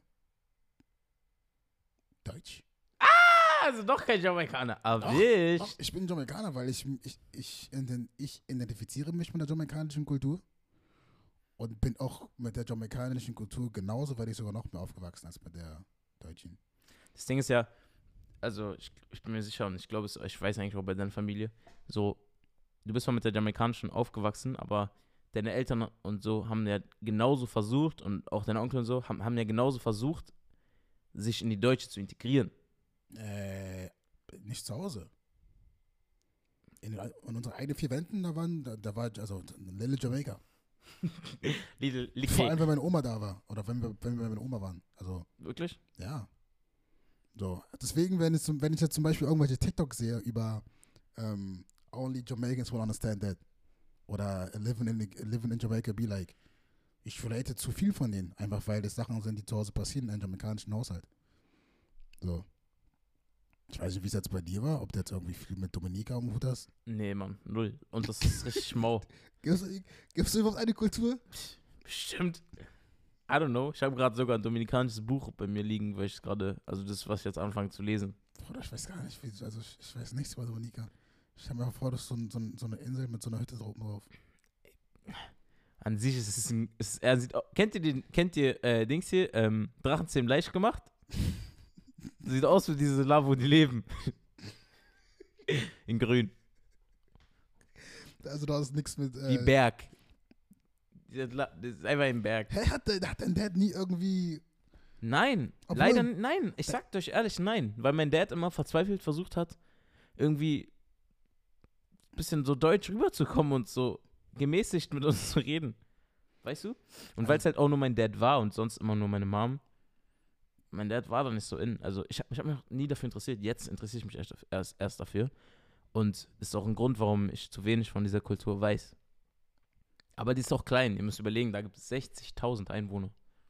Speaker 3: deutsch.
Speaker 2: Also doch kein Jamaikaner. Aber
Speaker 3: Doch,
Speaker 2: ich.
Speaker 3: Doch, ich bin Jamaikaner, weil ich, ich, ich, ident- ich identifiziere mich mit der jamaikanischen Kultur und bin auch mit der jamaikanischen Kultur genauso, weil ich sogar noch mehr aufgewachsen als mit der deutschen.
Speaker 2: Das Ding ist ja, also ich, ich bin mir sicher und ich glaube, es- ich weiß eigentlich auch bei deiner Familie, so, du bist zwar mit der jamaikanischen aufgewachsen, aber deine Eltern und so haben ja genauso versucht und auch deine Onkel und so haben, haben ja genauso versucht, sich in die Deutsche zu integrieren.
Speaker 3: Äh, nicht zu Hause. In, in unseren eigenen vier Wänden, da waren, da, da war also Little Jamaica.
Speaker 2: Lidl,
Speaker 3: Vor
Speaker 2: Licky.
Speaker 3: allem, wenn meine Oma da war. Oder wenn wir, wenn wir bei meiner Oma waren. Also,
Speaker 2: Wirklich?
Speaker 3: ja. So. Deswegen, wenn ich, zum- wenn ich jetzt zum Beispiel irgendwelche TikToks sehe über ähm, Only Jamaicans will understand that. Oder living in, living in Jamaica be like. Ich relate zu viel von denen. Einfach weil das Sachen sind, die zu Hause passieren in einem jamaikanischen Haushalt. So. Ich weiß nicht, wie es jetzt bei dir war, ob du jetzt irgendwie viel mit Dominika am Hut hast.
Speaker 2: Nee, Mann, null. Und das ist richtig mau.
Speaker 3: Gibst du, gibst du überhaupt eine Kultur?
Speaker 2: Bestimmt. I don't know. Ich habe gerade sogar ein dominikanisches Buch bei mir liegen, weil ich es gerade, also das, was ich jetzt anfange zu lesen.
Speaker 3: Bruder, ich weiß gar nicht, wie, also ich, ich weiß nichts über Dominika. Ich stelle mir vor, das ist so, ein, so, ein, so eine Insel mit so einer Hütte oben drauf.
Speaker 2: An sich ist es ein, es ist, er sieht, au- kennt ihr den, kennt ihr, äh, Dings hier, ähm, Drachenzähmen leicht gemacht? Sieht aus wie diese La, wo die leben. In grün.
Speaker 3: Also da ist nichts mit.
Speaker 2: Wie
Speaker 3: Äh,
Speaker 2: Berg. Dieser La- Das ist einfach ein Berg.
Speaker 3: Hä, hat, der- hat dein Dad nie irgendwie.
Speaker 2: Nein,
Speaker 3: Obwohl-
Speaker 2: leider nein. Ich sag euch ehrlich, nein. Weil mein Dad immer verzweifelt versucht hat, irgendwie ein bisschen so deutsch rüberzukommen und so gemäßigt mit uns zu reden. Weißt du? Und weil es halt auch nur mein Dad war und sonst immer nur meine Mom. Mein Dad war da nicht so in. Also ich habe mich hab mich auch nie dafür interessiert. Jetzt interessiere ich mich erst, erst, erst dafür. Und ist auch ein Grund, warum ich zu wenig von dieser Kultur weiß. Aber die ist doch klein. Ihr müsst überlegen, da gibt es sechzigtausend Einwohner.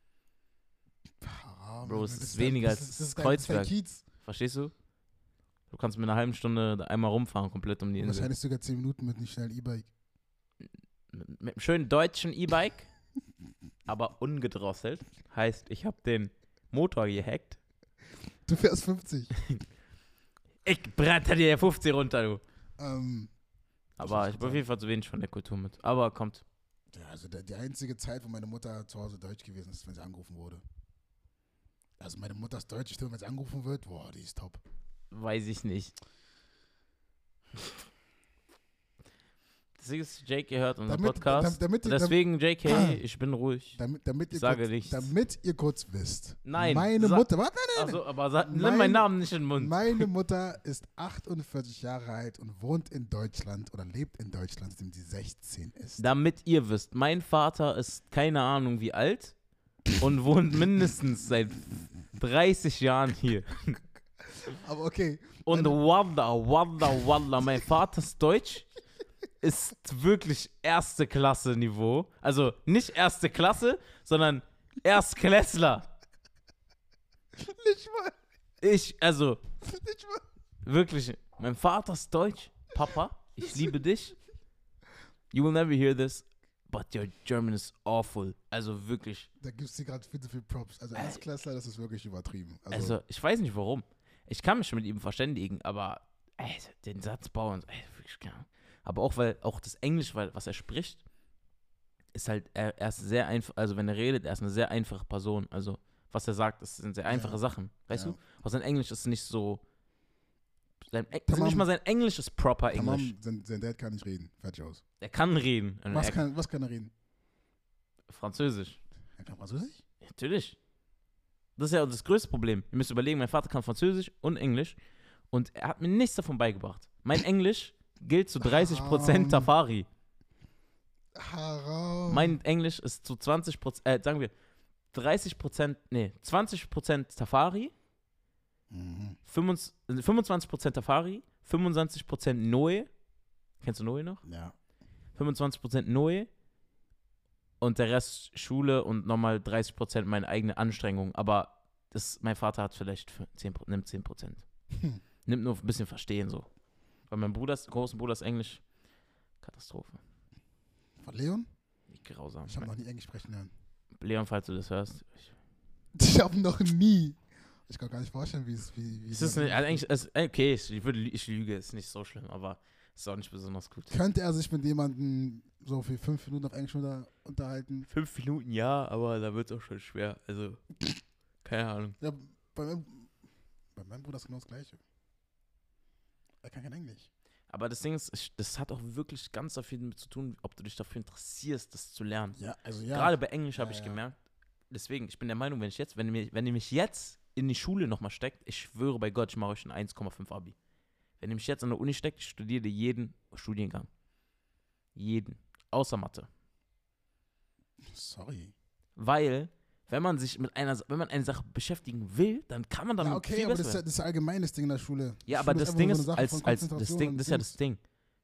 Speaker 3: Ah,
Speaker 2: Bro,
Speaker 3: Mann,
Speaker 2: es
Speaker 3: das
Speaker 2: ist weniger
Speaker 3: das
Speaker 2: als
Speaker 3: ist- das ist dein- das ist dein
Speaker 2: Kreuzberg.
Speaker 3: Kiez.
Speaker 2: Verstehst du? Du kannst mit einer halben Stunde da einmal rumfahren, komplett um die Insel.
Speaker 3: Wahrscheinlich sogar zehn Minuten mit einem schnellen E-Bike.
Speaker 2: Mit, mit einem schönen deutschen E-Bike, aber ungedrosselt. Heißt, ich habe den Motor gehackt.
Speaker 3: Du fährst fünfzig.
Speaker 2: Ich bretter dir fünfzig runter, du.
Speaker 3: ähm,
Speaker 2: Aber ich habe auf jeden Fall zu wenig von der Kultur mit. Aber kommt.
Speaker 3: ja, also der, die einzige Zeit, wo meine Mutter zu Hause Deutsch gewesen ist, wenn sie angerufen wurde. Also meine Mutter ist Deutsch, wenn sie angerufen wird, boah, die ist top.
Speaker 2: Weiß ich nicht. Deswegen ist J K hört unseren
Speaker 3: Damit-
Speaker 2: Podcast.
Speaker 3: dam- damit-
Speaker 2: Und deswegen, J K, ich bin ruhig.
Speaker 3: Damit, damit, ihr,
Speaker 2: Ich sage
Speaker 3: kurz,
Speaker 2: nichts.
Speaker 3: damit ihr kurz wisst.
Speaker 2: Nein,
Speaker 3: Meine
Speaker 2: sa-
Speaker 3: Mutter, warte, nein, nein,
Speaker 2: Achso, aber sa- nimm
Speaker 3: Mein-
Speaker 2: meinen Namen nicht in den Mund.
Speaker 3: Meine Mutter ist achtundvierzig Jahre alt und wohnt in Deutschland oder lebt in Deutschland, seitdem sie sechzehn ist.
Speaker 2: Damit ihr wisst, mein Vater ist keine Ahnung wie alt und wohnt mindestens seit dreißig Jahren hier.
Speaker 3: Aber okay,
Speaker 2: Und
Speaker 3: Meine-
Speaker 2: Wallah, Wallah, Wallah, mein Vaters Deutsch ist wirklich erste Klasse Niveau. Also nicht erste Klasse, sondern Erstklässler.
Speaker 3: nicht mal,
Speaker 2: Ich, also
Speaker 3: nicht mal.
Speaker 2: wirklich, mein Vaters Deutsch, Papa, ich liebe dich. You will never hear this, but your German is awful. Also wirklich.
Speaker 3: Da gibt es dir gerade viel zu viel Props. Also Erstklässler, das ist wirklich übertrieben. Also,
Speaker 2: Also, ich weiß nicht warum. Ich kann mich mit ihm verständigen, aber ey, den Satzbau und ey, wirklich keine Ahnung. Aber auch weil auch das Englisch, weil was er spricht, ist halt er, er ist sehr einfach, also wenn er redet, er ist eine sehr einfache Person. Also was er sagt, das sind sehr einfache
Speaker 3: Ja.
Speaker 2: Sachen, weißt
Speaker 3: Ja.
Speaker 2: du? Aber sein Englisch ist nicht so sein, Eng-
Speaker 3: Tamam.
Speaker 2: nicht mal sein Englisch ist proper
Speaker 3: Tamam,
Speaker 2: Englisch.
Speaker 3: sein, sein Dad kann nicht reden. Fertig aus.
Speaker 2: Er kann reden. Und
Speaker 3: Was
Speaker 2: er,
Speaker 3: kann, was kann er reden?
Speaker 2: Französisch.
Speaker 3: Er kann Französisch?
Speaker 2: Natürlich. Das ist ja das größte Problem. Ihr müsst überlegen, mein Vater kann Französisch und Englisch und er hat mir nichts davon beigebracht. Mein Englisch gilt zu dreißig Prozent
Speaker 3: Um.
Speaker 2: Tafari.
Speaker 3: Haram.
Speaker 2: Mein Englisch ist zu zwanzig Prozent, äh, sagen wir, dreißig Prozent, nee, zwanzig Prozent Tafari,
Speaker 3: Mhm.
Speaker 2: fünfundzwanzig Prozent Tafari, fünfundzwanzig Prozent Noe. Kennst du Noe noch?
Speaker 3: Ja.
Speaker 2: fünfundzwanzig Prozent Noe und der Rest Schule und nochmal dreißig Prozent meine eigene Anstrengung. Aber das, mein Vater hat vielleicht für zehn, Pro- nimmt zehn Prozent.
Speaker 3: Hm.
Speaker 2: Nimmt nur ein bisschen verstehen so. Weil mein Bruder, ist- großen Bruder ist Englisch. Katastrophe.
Speaker 3: Von Leon?
Speaker 2: Grausam.
Speaker 3: Ich habe noch nie Englisch sprechen lernen.
Speaker 2: Leon, falls du das hörst. Ich,
Speaker 3: Ich habe noch nie. Ich kann gar nicht vorstellen, wie es wie, wie
Speaker 2: es ist nicht, also eigentlich, es, okay, ich, würde, ich lüge, ist nicht so schlimm, aber es ist auch nicht besonders gut.
Speaker 3: Könnte er sich mit jemandem so für fünf Minuten auf Englisch unter, unterhalten?
Speaker 2: Fünf Minuten ja, aber da wird es auch schon schwer. Also, keine Ahnung.
Speaker 3: Ja, bei meinem, bei meinem Bruder ist genau das Gleiche. Er kann kein Englisch.
Speaker 2: Aber das Ding ist, ich, das hat auch wirklich ganz viel damit zu tun, ob du dich dafür interessierst, das zu lernen.
Speaker 3: Ja, also ja.
Speaker 2: Gerade bei Englisch habe
Speaker 3: Ja,
Speaker 2: ich
Speaker 3: ja.
Speaker 2: gemerkt, deswegen, ich bin der Meinung, wenn ich jetzt, wenn ihr, mir- wenn ihr mich jetzt in die Schule nochmal steckt, ich schwöre bei Gott, ich mache euch ein eins Komma fünf Abi. Wenn ihr mich jetzt an der Uni steckt, ich studiere jeden Studiengang. Jeden. Außer Mathe.
Speaker 3: Sorry.
Speaker 2: Weil, wenn man sich mit einer, wenn man eine Sache beschäftigen will, dann kann man damit
Speaker 3: Ja, okay,
Speaker 2: viel
Speaker 3: aber
Speaker 2: besser
Speaker 3: das ist, ja,
Speaker 2: werden.
Speaker 3: das ist ja allgemeines Ding in der Schule.
Speaker 2: Ja,
Speaker 3: Schule
Speaker 2: aber das
Speaker 3: einfach
Speaker 2: Ding
Speaker 3: nur so
Speaker 2: ist,
Speaker 3: eine Sache
Speaker 2: als,
Speaker 3: von
Speaker 2: als das
Speaker 3: Konzentration
Speaker 2: Ding,
Speaker 3: und
Speaker 2: das ist ja das
Speaker 3: Dings.
Speaker 2: Ding.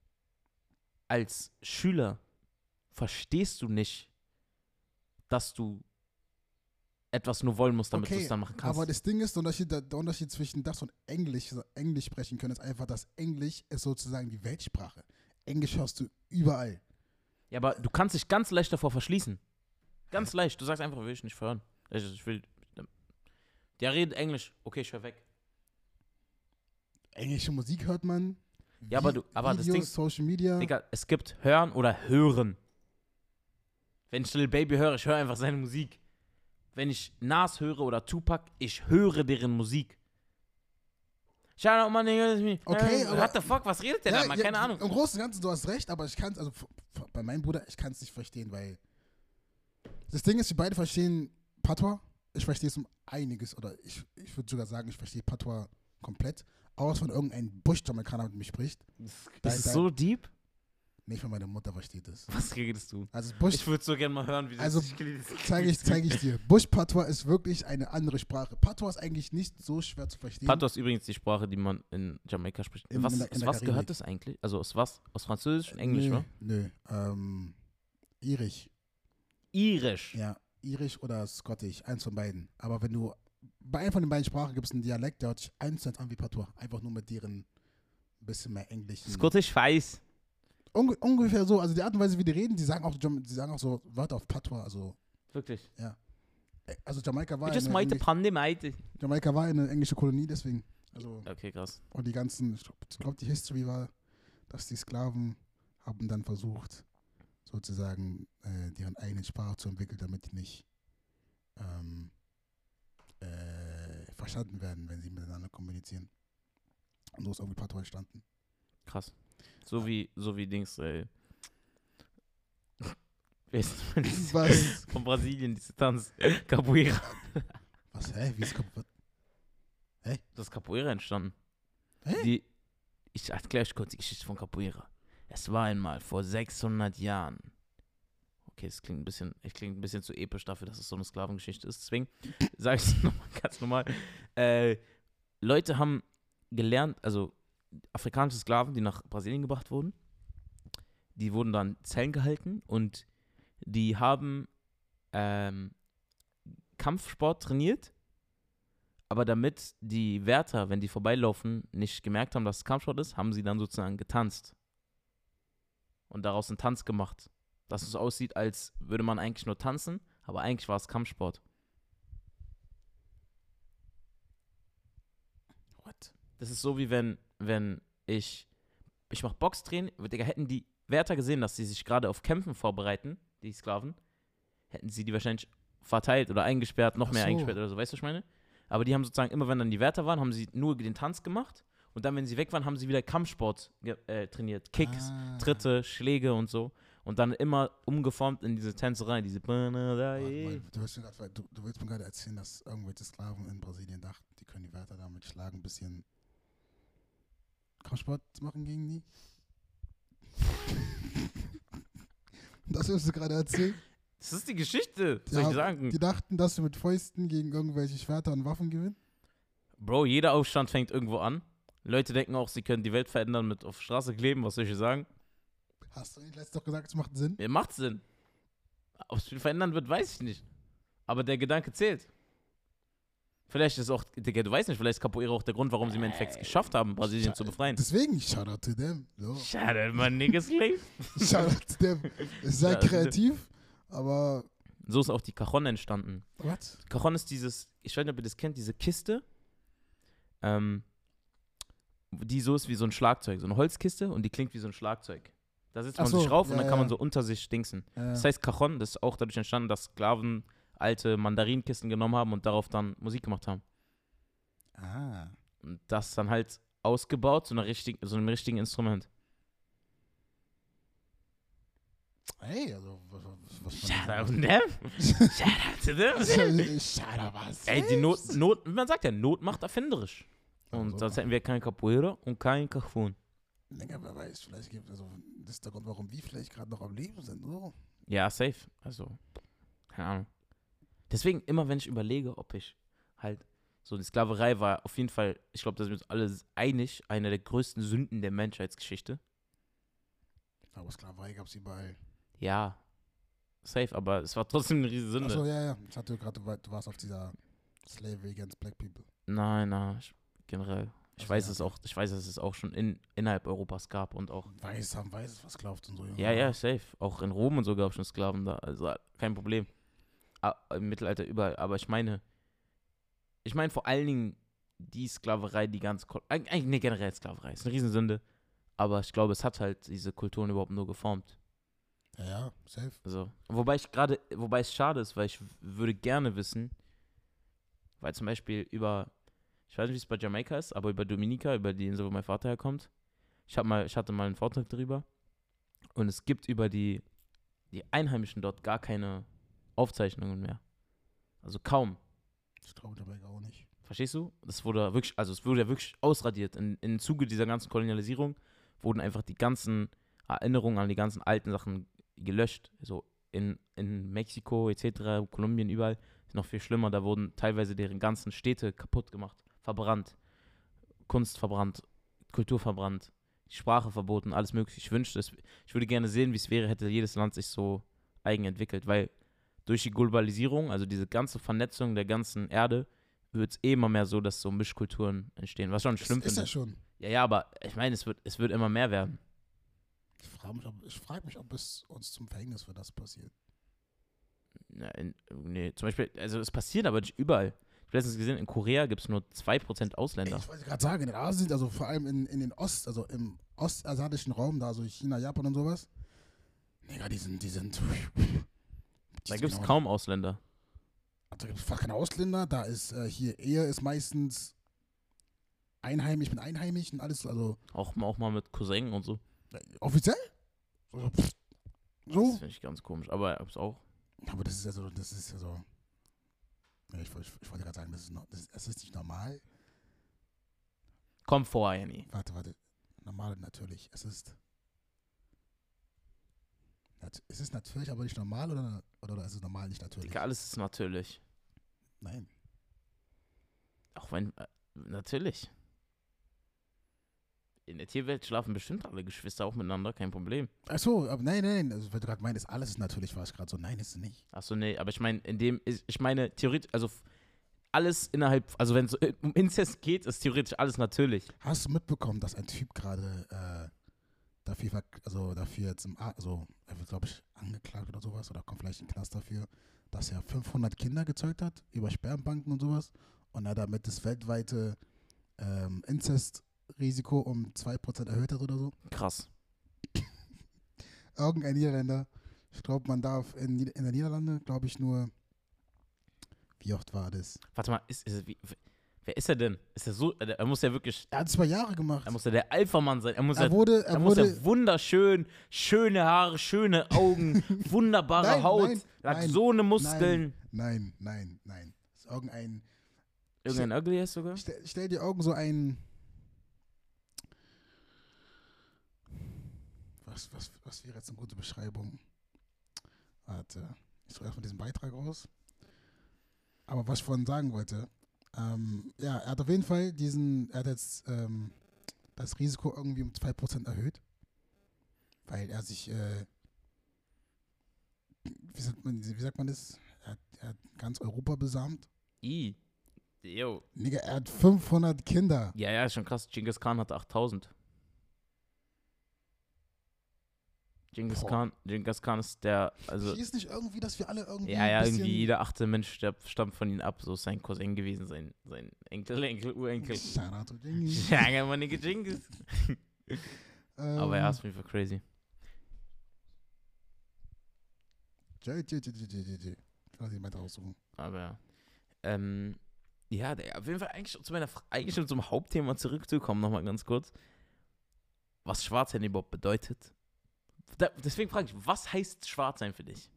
Speaker 2: Als Schüler verstehst du nicht, dass du etwas nur wollen musst, damit du
Speaker 3: Okay,
Speaker 2: es dann machen kannst.
Speaker 3: aber das Ding ist, der Unterschied, der, der Unterschied zwischen das und Englisch, also Englisch sprechen können, ist einfach, dass Englisch ist sozusagen die Weltsprache. Englisch hörst du überall.
Speaker 2: Ja, aber du kannst dich ganz leicht davor verschließen. Ganz leicht. Du sagst einfach, will ich nicht hören. Ich, ich will. Der redet Englisch. Okay, ich hör weg.
Speaker 3: Englische Musik hört man.
Speaker 2: Ja, aber du- aber das
Speaker 3: Videos,
Speaker 2: Ding-
Speaker 3: Social Media.
Speaker 2: Digga, es gibt hören oder hören. Wenn ich Lil Baby höre, ich höre einfach seine Musik. Wenn ich Nas höre oder Tupac, ich höre deren Musik. Shout out, my nigga, it's me.
Speaker 3: Okay,
Speaker 2: äh,
Speaker 3: aber-
Speaker 2: What the fuck, was redet der da, Mann? Keine Ahnung.
Speaker 3: Im Großen und Ganzen, du hast recht, aber ich kann es, also f- f- bei meinem Bruder, ich kann es nicht verstehen, weil das Ding ist, wir beide verstehen Patois. Ich verstehe es um einiges, oder ich, ich würde sogar sagen, ich verstehe Patois komplett. Außer wenn irgendein Busch-Jamaikaner mit mir spricht.
Speaker 2: Ist
Speaker 3: Da-
Speaker 2: es
Speaker 3: da-
Speaker 2: so deep?
Speaker 3: Nicht, weil meine Mutter versteht es.
Speaker 2: Was redest du?
Speaker 3: Also Busch,
Speaker 2: Ich würde so gerne mal hören, wie das
Speaker 3: Also,
Speaker 2: sich gelesen ist.
Speaker 3: zeige ich, zeig ich dir. Busch-Patois ist wirklich eine andere Sprache. Patois ist eigentlich nicht so schwer zu verstehen.
Speaker 2: Patois ist übrigens die Sprache, die man in Jamaika spricht.
Speaker 3: In-
Speaker 2: was
Speaker 3: in der- in
Speaker 2: aus
Speaker 3: der
Speaker 2: was
Speaker 3: Karibik.
Speaker 2: gehört das eigentlich? Also aus was? Aus Französisch und Englisch,
Speaker 3: nö,
Speaker 2: wa?
Speaker 3: Nö, ähm, Irisch.
Speaker 2: Irisch.
Speaker 3: Ja, Irisch oder Scottish, eins von beiden. Aber wenn du, bei einem von den beiden Sprachen gibt es einen Dialekt, der hört sich eins zu eins an wie Patois. Einfach nur mit deren bisschen mehr englischen.
Speaker 2: Scottish weiß.
Speaker 3: Unge ungefähr so, also die Art und Weise, wie die reden, die sagen auch, die sagen auch so Wörter auf Patois, also.
Speaker 2: Wirklich.
Speaker 3: Ja. Also Jamaika war,
Speaker 2: Ich just
Speaker 3: eine
Speaker 2: might
Speaker 3: Englisch
Speaker 2: Pande meite.
Speaker 3: Jamaika war eine englische Kolonie, deswegen. Also,
Speaker 2: Okay, krass.
Speaker 3: und die ganzen, ich glaube, glaub, die History war, dass die Sklaven haben dann versucht, sozusagen äh, deren eigene Sprache zu entwickeln, damit die nicht ähm, äh, verstanden werden, wenn sie miteinander kommunizieren. Und so ist irgendwie Patois entstanden.
Speaker 2: Krass. So wie, so wie Dings, ey. Weißt du, dieses-
Speaker 3: Was?
Speaker 2: von Brasilien, diese Tanz. Capoeira.
Speaker 3: Was, hä? Wie ist kaputt?
Speaker 2: Das ist Capoeira entstanden.
Speaker 3: Hä?
Speaker 2: Die, ich erkläre euch kurz die Geschichte von Capoeira. Es war einmal vor sechshundert Jahren. Okay, es klingt ein bisschen, es klingt ein bisschen zu episch dafür, dass es so eine Sklavengeschichte ist. Deswegen sage ich es nochmal ganz normal. Äh, Leute haben gelernt, also afrikanische Sklaven, die nach Brasilien gebracht wurden, die wurden dann in Zellen gehalten und die haben ähm, Kampfsport trainiert, aber damit die Wärter, wenn die vorbeilaufen, nicht gemerkt haben, dass es Kampfsport ist, haben sie dann sozusagen getanzt und daraus einen Tanz gemacht, dass es aussieht, als würde man eigentlich nur tanzen, aber eigentlich war es Kampfsport.
Speaker 3: What?
Speaker 2: Das ist so, wie wenn, wenn ich, ich mache Boxtraining, Digga, hätten die Wärter gesehen, dass sie sich gerade auf Kämpfen vorbereiten, die Sklaven, hätten sie die wahrscheinlich verteilt oder eingesperrt, noch
Speaker 3: Ach
Speaker 2: mehr
Speaker 3: so.
Speaker 2: eingesperrt oder so, weißt du, was ich meine? Aber die haben sozusagen, immer wenn dann die Wärter waren, haben sie nur den Tanz gemacht und dann, wenn sie weg waren, haben sie wieder Kampfsport ge- äh, trainiert. Kicks,
Speaker 3: Ah.
Speaker 2: Tritte, Schläge und so. Und dann immer umgeformt in diese Tänzerei, diese
Speaker 3: Warte mal, du, willst mir grad, du, du willst mir gerade erzählen, dass irgendwelche Sklaven in Brasilien dachten, die können die Wärter damit schlagen, ein bisschen Kampfsport machen gegen die? Das willst du gerade erzählen?
Speaker 2: Das ist die Geschichte, soll
Speaker 3: Ja,
Speaker 2: ich sagen.
Speaker 3: Die dachten, dass du mit Fäusten gegen irgendwelche Schwerter und Waffen gewinnst?
Speaker 2: Bro, jeder Aufstand fängt irgendwo an. Leute denken auch, sie können die Welt verändern mit auf Straße kleben, was soll ich sagen?
Speaker 3: Hast du nicht letztens doch gesagt, es macht Sinn?
Speaker 2: Ja, macht Sinn. Ob es viel verändern wird, weiß ich nicht. Aber der Gedanke zählt. Vielleicht ist auch, Digga, du weißt nicht, vielleicht ist Capoeira auch der Grund, warum sie im Endeffekt geschafft haben, Brasilien zu befreien.
Speaker 3: Deswegen, shout out to them. So.
Speaker 2: Schade, man, niggas live.
Speaker 3: Shout out to them. Ist sehr
Speaker 2: Shout out to
Speaker 3: kreativ, aber
Speaker 2: So ist auch die Cajon entstanden.
Speaker 3: what?
Speaker 2: Cajon ist dieses, ich weiß nicht, ob ihr das kennt, diese Kiste, ähm, die so ist wie so ein Schlagzeug, so eine Holzkiste und die klingt wie so ein Schlagzeug. Da sitzt
Speaker 3: Ach
Speaker 2: man
Speaker 3: so,
Speaker 2: sich rauf
Speaker 3: ja,
Speaker 2: und dann kann
Speaker 3: ja.
Speaker 2: man so unter sich dingsen.
Speaker 3: Äh,
Speaker 2: Das heißt Cajon, das ist auch dadurch entstanden, dass Sklaven alte Mandarinkisten genommen haben und darauf dann Musik gemacht haben.
Speaker 3: ah.
Speaker 2: Und das dann halt ausgebaut zu einer richtigen, so einem richtigen Instrument.
Speaker 3: Hey, also was, was, was
Speaker 2: Shout out to them. Shout out to them.
Speaker 3: Shout out was?
Speaker 2: Ey, die Not, Not, man sagt ja, Not macht erfinderisch. Und
Speaker 3: so.
Speaker 2: sonst hätten wir kein Capoeira und kein Cajon.
Speaker 3: Digga, wer weiß, vielleicht gibt es, also, das ist der Grund, warum die vielleicht gerade noch am Leben sind, so.
Speaker 2: Ja, safe. Also, keine Ahnung. Deswegen, immer wenn ich überlege, ob ich halt, so die Sklaverei war auf jeden Fall, ich glaube, da sind wir uns alle einig, eine der größten Sünden der Menschheitsgeschichte.
Speaker 3: Aber Sklaverei gab es überall.
Speaker 2: Ja, safe, aber es war trotzdem eine riesige Sünde.
Speaker 3: Achso, ja, ja. Ich hatte gerade, du, war- du warst auf dieser Slavery against Black People.
Speaker 2: Nein, nein, ich, generell. Ich
Speaker 3: Ach so,
Speaker 2: weiß
Speaker 3: ja,
Speaker 2: es
Speaker 3: okay.
Speaker 2: auch, ich weiß, dass es auch schon in, innerhalb Europas gab und auch,
Speaker 3: Weiß haben Weißes was gekauft und so. Junge.
Speaker 2: ja, ja, safe. Auch in Rom und so gab es schon Sklaven da, also kein Problem. Ah, im Mittelalter überall, aber ich meine, ich meine vor allen Dingen die Sklaverei, die ganz, Kol- Eig- eigentlich, nee, generell Sklaverei, ist eine Riesensünde, aber ich glaube, es hat halt diese Kulturen überhaupt nur geformt.
Speaker 3: Ja, ja, safe.
Speaker 2: Also, wobei ich gerade, wobei es schade ist, weil ich w- würde gerne wissen, weil zum Beispiel über, ich weiß nicht, wie es bei Jamaika ist, aber über Dominica, über die Insel, wo mein Vater herkommt, ich, hab mal, ich hatte mal einen Vortrag darüber und es gibt über die, die Einheimischen dort gar keine Aufzeichnungen mehr. Also kaum.
Speaker 3: Ich glaube dabei auch nicht.
Speaker 2: Verstehst du? Das wurde wirklich, also es wurde ja wirklich ausradiert. In, Im Zuge dieser ganzen Kolonialisierung wurden einfach die ganzen Erinnerungen an die ganzen alten Sachen gelöscht. So in, in Mexiko et cetera, Kolumbien, überall, ist noch viel schlimmer. Da wurden teilweise deren ganzen Städte kaputt gemacht, verbrannt, Kunst verbrannt, Kultur verbrannt, die Sprache verboten, alles mögliche. Ich wünschte, es, ich würde gerne sehen, wie es wäre, hätte jedes Land sich so eigen entwickelt, weil durch die Globalisierung, also diese ganze Vernetzung der ganzen Erde, wird es eh immer mehr so, dass so Mischkulturen entstehen, was schon schlimm
Speaker 3: Ist, ist
Speaker 2: finde.
Speaker 3: ja schon.
Speaker 2: Ja, ja, aber ich meine, es wird, es wird immer mehr werden.
Speaker 3: Ich frage mich, ob, ich frag mich, ob es uns zum Verhängnis für das passiert.
Speaker 2: Ja, in, nee, zum Beispiel, also es passiert aber nicht überall. Ich habe letztens gesehen, in Korea gibt es nur zwei Prozent Ausländer.
Speaker 3: Ich wollte gerade sagen, in Asien, also vor allem in, in den Ost, also im ostasiatischen Raum, da so China, Japan und sowas. Digga, die sind, die sind. Die
Speaker 2: Da
Speaker 3: sind
Speaker 2: gibt es
Speaker 3: genau-
Speaker 2: kaum Ausländer.
Speaker 3: Da gibt es fast keine Ausländer, da ist äh, hier Ehe ist meistens einheimisch mit Einheimischen, alles, also
Speaker 2: Auch, auch mal mit Cousin und so.
Speaker 3: äh, offiziell? So, pff,
Speaker 2: Das
Speaker 3: so?
Speaker 2: finde ich ganz komisch, aber ist auch.
Speaker 3: Aber das ist ja so, das ist ja so. Ja, ich, ich, ich wollte gerade sagen, das ist, noch, das, ist, das ist nicht normal.
Speaker 2: Kommt vor, Jenny.
Speaker 3: Warte, warte. Normal natürlich. Es ist. nat- Es ist natürlich, aber nicht normal oder, oder, oder ist es normal nicht natürlich?
Speaker 2: Digga, alles ist natürlich.
Speaker 3: Nein.
Speaker 2: Auch wenn, äh, natürlich. In der Tierwelt schlafen bestimmt alle Geschwister auch miteinander, kein Problem.
Speaker 3: Achso, aber nein, nein, nein. Also, weil du gerade meinst, alles ist natürlich, war ich gerade so. Nein, ist es nicht.
Speaker 2: Achso, nee, aber ich meine, in dem, ist, ich meine, theoretisch, also f- alles innerhalb, also wenn es um Inzest geht, ist theoretisch alles natürlich.
Speaker 3: Hast du mitbekommen, dass ein Typ gerade äh, dafür, verk- also dafür jetzt im, A- also er wird, glaube ich, angeklagt oder sowas oder kommt vielleicht in den Knast dafür, dass er fünfhundert Kinder gezeugt hat über Spermbanken und sowas und er damit das weltweite ähm, Inzestrisiko um zwei Prozent erhöht hat oder so.
Speaker 2: Krass.
Speaker 3: Irgendein Niederländer, ich glaube, man darf in, Nied- in der Niederlande, glaube ich, nur, wie oft war das?
Speaker 2: Warte mal, ist, ist, wie, wer ist er denn? Ist er so, er muss ja wirklich,
Speaker 3: Er hat zwei Jahre gemacht.
Speaker 2: er muss ja der Alpha-Mann sein. Er muss ja,
Speaker 3: Er wurde,
Speaker 2: er
Speaker 3: er
Speaker 2: muss
Speaker 3: wurde,
Speaker 2: ja wunderschön, schöne Haare, schöne Augen, wunderbare
Speaker 3: Nein,
Speaker 2: Haut,
Speaker 3: nein,
Speaker 2: er hat
Speaker 3: nein,
Speaker 2: so eine Muskeln.
Speaker 3: nein, nein, nein. Das ist irgendein,
Speaker 2: Irgendein Ugly ist sogar?
Speaker 3: Stell, stell dir Augen so ein. Was, was, was wäre jetzt eine gute Beschreibung? Warte, ich suche erstmal diesen Beitrag raus. Aber was ich vorhin sagen wollte, ähm, ja, er hat auf jeden Fall diesen, er hat jetzt ähm, das Risiko irgendwie um zwei Prozent erhöht, weil er sich, äh, wie sagt man, wie sagt man das? Er hat, er hat ganz Europa besamt.
Speaker 2: I. Yo.
Speaker 3: Nigga, er hat fünfhundert Kinder.
Speaker 2: Ja, ja, ist schon krass. Genghis Khan hatte achttausend. Genghis
Speaker 3: Boah.
Speaker 2: Khan, Genghis Khan ist der, also,
Speaker 3: Hier ist nicht irgendwie, dass wir alle irgendwie.
Speaker 2: ja, ja,
Speaker 3: ein bisschen
Speaker 2: irgendwie jeder achte Mensch stirbt, stammt von ihm ab. So ist sein Cousin gewesen, sein, sein Enkel, Enkel, Urenkel.
Speaker 3: Shoutout to Genghis.
Speaker 2: Ja, mein Nigga Genghis.
Speaker 3: Ähm,
Speaker 2: Aber ja, ist auf jeden Fall crazy.
Speaker 3: J, J, J, J, J, J. Ich will nicht weiter aussuchen.
Speaker 2: Aber ja. Ähm, ja, der, auf jeden Fall eigentlich schon zu meiner, Fra- eigentlich schon zum Hauptthema zurückzukommen, nochmal ganz kurz. Was Schwarzsein überhaupt bedeutet. Da, deswegen frage ich, was heißt Schwarzsein für dich?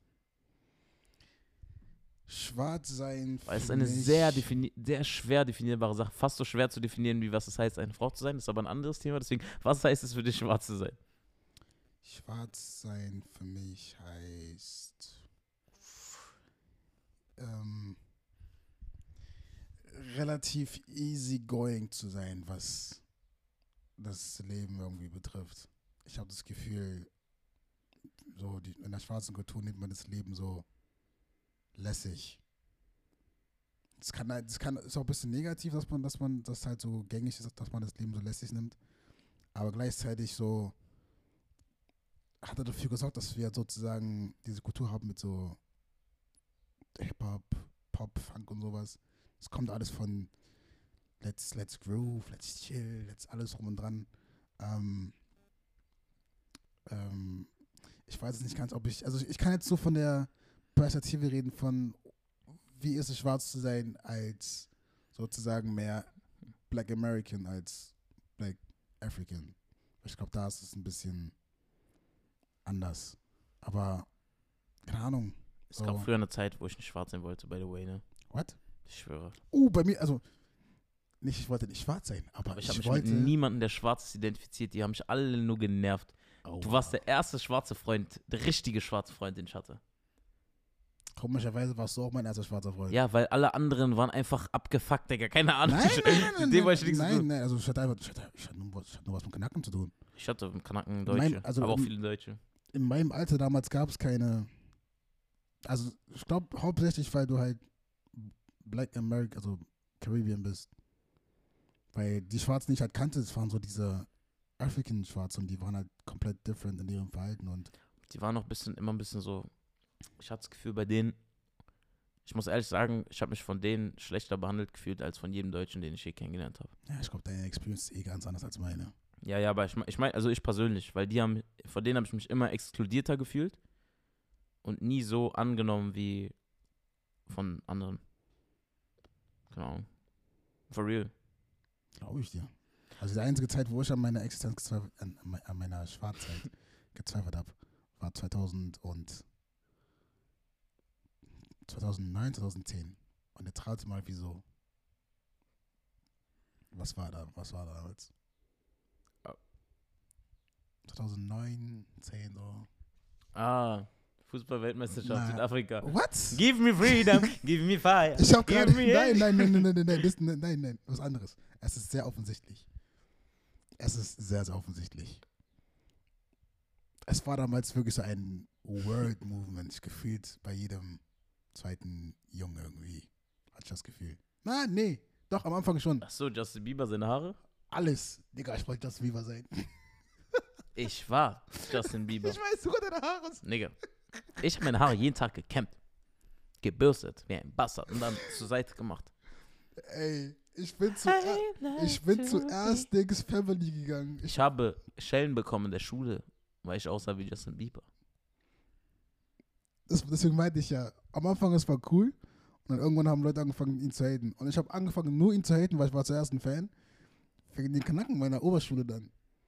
Speaker 3: Schwarz sein.
Speaker 2: Weil es ist
Speaker 3: für
Speaker 2: eine
Speaker 3: mich-
Speaker 2: sehr, defini sehr schwer definierbare Sache. Fast so schwer zu definieren, wie was es heißt, eine Frau zu sein. Das ist aber ein anderes Thema. Deswegen, was heißt es für dich, schwarz zu sein?
Speaker 3: Schwarz sein für mich heißt. Ähm, relativ easygoing zu sein, was das Leben irgendwie betrifft. Ich habe das Gefühl, so die, in der schwarzen Kultur nimmt man das Leben so lässig. Das kann halt, das kann ist auch ein bisschen negativ, dass man, dass man das halt so gängig ist, dass man das Leben so lässig nimmt. Aber gleichzeitig so hat er dafür gesorgt, dass wir sozusagen diese Kultur haben mit so Hip-Hop, Pop, Funk und sowas. Es kommt alles von Let's, let's groove, let's chill, let's alles rum und dran. Ähm, ähm, ich weiß es nicht ganz, ob ich, also ich kann jetzt so von der Perspektive reden von, wie ist es schwarz zu sein als sozusagen mehr Black American als Black African. Ich glaube, da ist es ein bisschen anders. Aber, keine Ahnung.
Speaker 2: Es
Speaker 3: So.
Speaker 2: gab früher eine Zeit, wo ich nicht schwarz sein wollte, by the way, ne?
Speaker 3: What?
Speaker 2: Ich schwöre.
Speaker 3: Uh, bei mir, also, nicht, ich wollte nicht schwarz sein, aber,
Speaker 2: Aber ich
Speaker 3: ich,
Speaker 2: habe mich
Speaker 3: wollte.
Speaker 2: mit niemandem, der schwarz ist, identifiziert. Die haben mich alle nur genervt.
Speaker 3: Oh,
Speaker 2: Du warst der erste schwarze Freund, der richtige schwarze Freund, den ich hatte.
Speaker 3: Komischerweise warst du auch mein erster schwarzer Freund.
Speaker 2: Ja, weil alle anderen waren einfach abgefuckt, Digga. Keine Ahnung.
Speaker 3: Nein, nein, nein,
Speaker 2: Mit
Speaker 3: nein,
Speaker 2: dem wollte ich
Speaker 3: nein,
Speaker 2: nichts zu
Speaker 3: nein,
Speaker 2: tun.
Speaker 3: nein, also ich hatte einfach, ich hatte, ich hatte, nur, was- ich hatte nur was mit Knacken zu tun.
Speaker 2: Ich hatte im Kanaken
Speaker 3: Mein-
Speaker 2: Deutsche,
Speaker 3: also
Speaker 2: aber auch
Speaker 3: im-
Speaker 2: viele Deutsche.
Speaker 3: In meinem Alter damals gab es keine Also ich glaube hauptsächlich, weil du halt Black American, also Caribbean bist. Weil die Schwarzen, die ich halt kannte, das waren so diese African-Schwarzen und die waren halt komplett different in ihrem Verhalten und
Speaker 2: Die waren noch ein bisschen, immer ein bisschen so, ich hatte das Gefühl bei denen, ich muss ehrlich sagen, ich habe mich von denen schlechter behandelt gefühlt als von jedem Deutschen, den ich je kennengelernt habe.
Speaker 3: ja, ich glaube, deine Experience ist eh ganz anders als meine.
Speaker 2: Ja, ja, aber ich meine, ich mein, also ich persönlich, weil die haben, von denen habe ich mich immer exkludierter gefühlt und nie so angenommen wie von anderen. Genau. For real.
Speaker 3: Glaube ich dir. Also die einzige Zeit, wo ich an meiner Existenz gezweifelt, an, an meiner Schwarzheit gezweifelt habe, war zweitausend und zweitausendneun, zweitausendzehn. Und jetzt rate mal, wieso. Was war da? Was war da damals? zweitausendneun, zehn so.
Speaker 2: Ah, Fußball-Weltmeisterschaft
Speaker 3: Na,
Speaker 2: Südafrika.
Speaker 3: What?
Speaker 2: Give me freedom, give me fire.
Speaker 3: Ich hab
Speaker 2: give
Speaker 3: gerade.
Speaker 2: me
Speaker 3: Nein, nein, nein, nein, nein, nein, nein, das, nein, nein, nein, was anderes. Es ist sehr offensichtlich. Es ist sehr, sehr offensichtlich. Es war damals wirklich so ein World Movement gefühlt bei jedem zweiten Jungen irgendwie. Hatte ich das Gefühl. Na, nee, doch, am Anfang schon.
Speaker 2: Ach so, Justin Bieber, seine Haare?
Speaker 3: Alles. Digga, ich wollte Justin Bieber sein.
Speaker 2: Ich war Justin Bieber.
Speaker 3: Ich weiß sogar deine Haare.
Speaker 2: Nigga. Ich habe meine Haare jeden Tag gekämmt. Gebürstet, wie ein Bastard. Und dann zur Seite gemacht.
Speaker 3: Ey, ich bin, zu, ich bin zuerst Dings Family gegangen. Ich,
Speaker 2: Ich habe Schellen bekommen in der Schule, weil ich aussah wie Justin Bieber.
Speaker 3: das, deswegen meinte ich ja, am Anfang es war cool. Und dann irgendwann haben Leute angefangen, ihn zu haten. Und ich habe angefangen, nur ihn zu haten, weil ich war zuerst ein Fan. Wegen den Kanaken meiner Oberschule dann.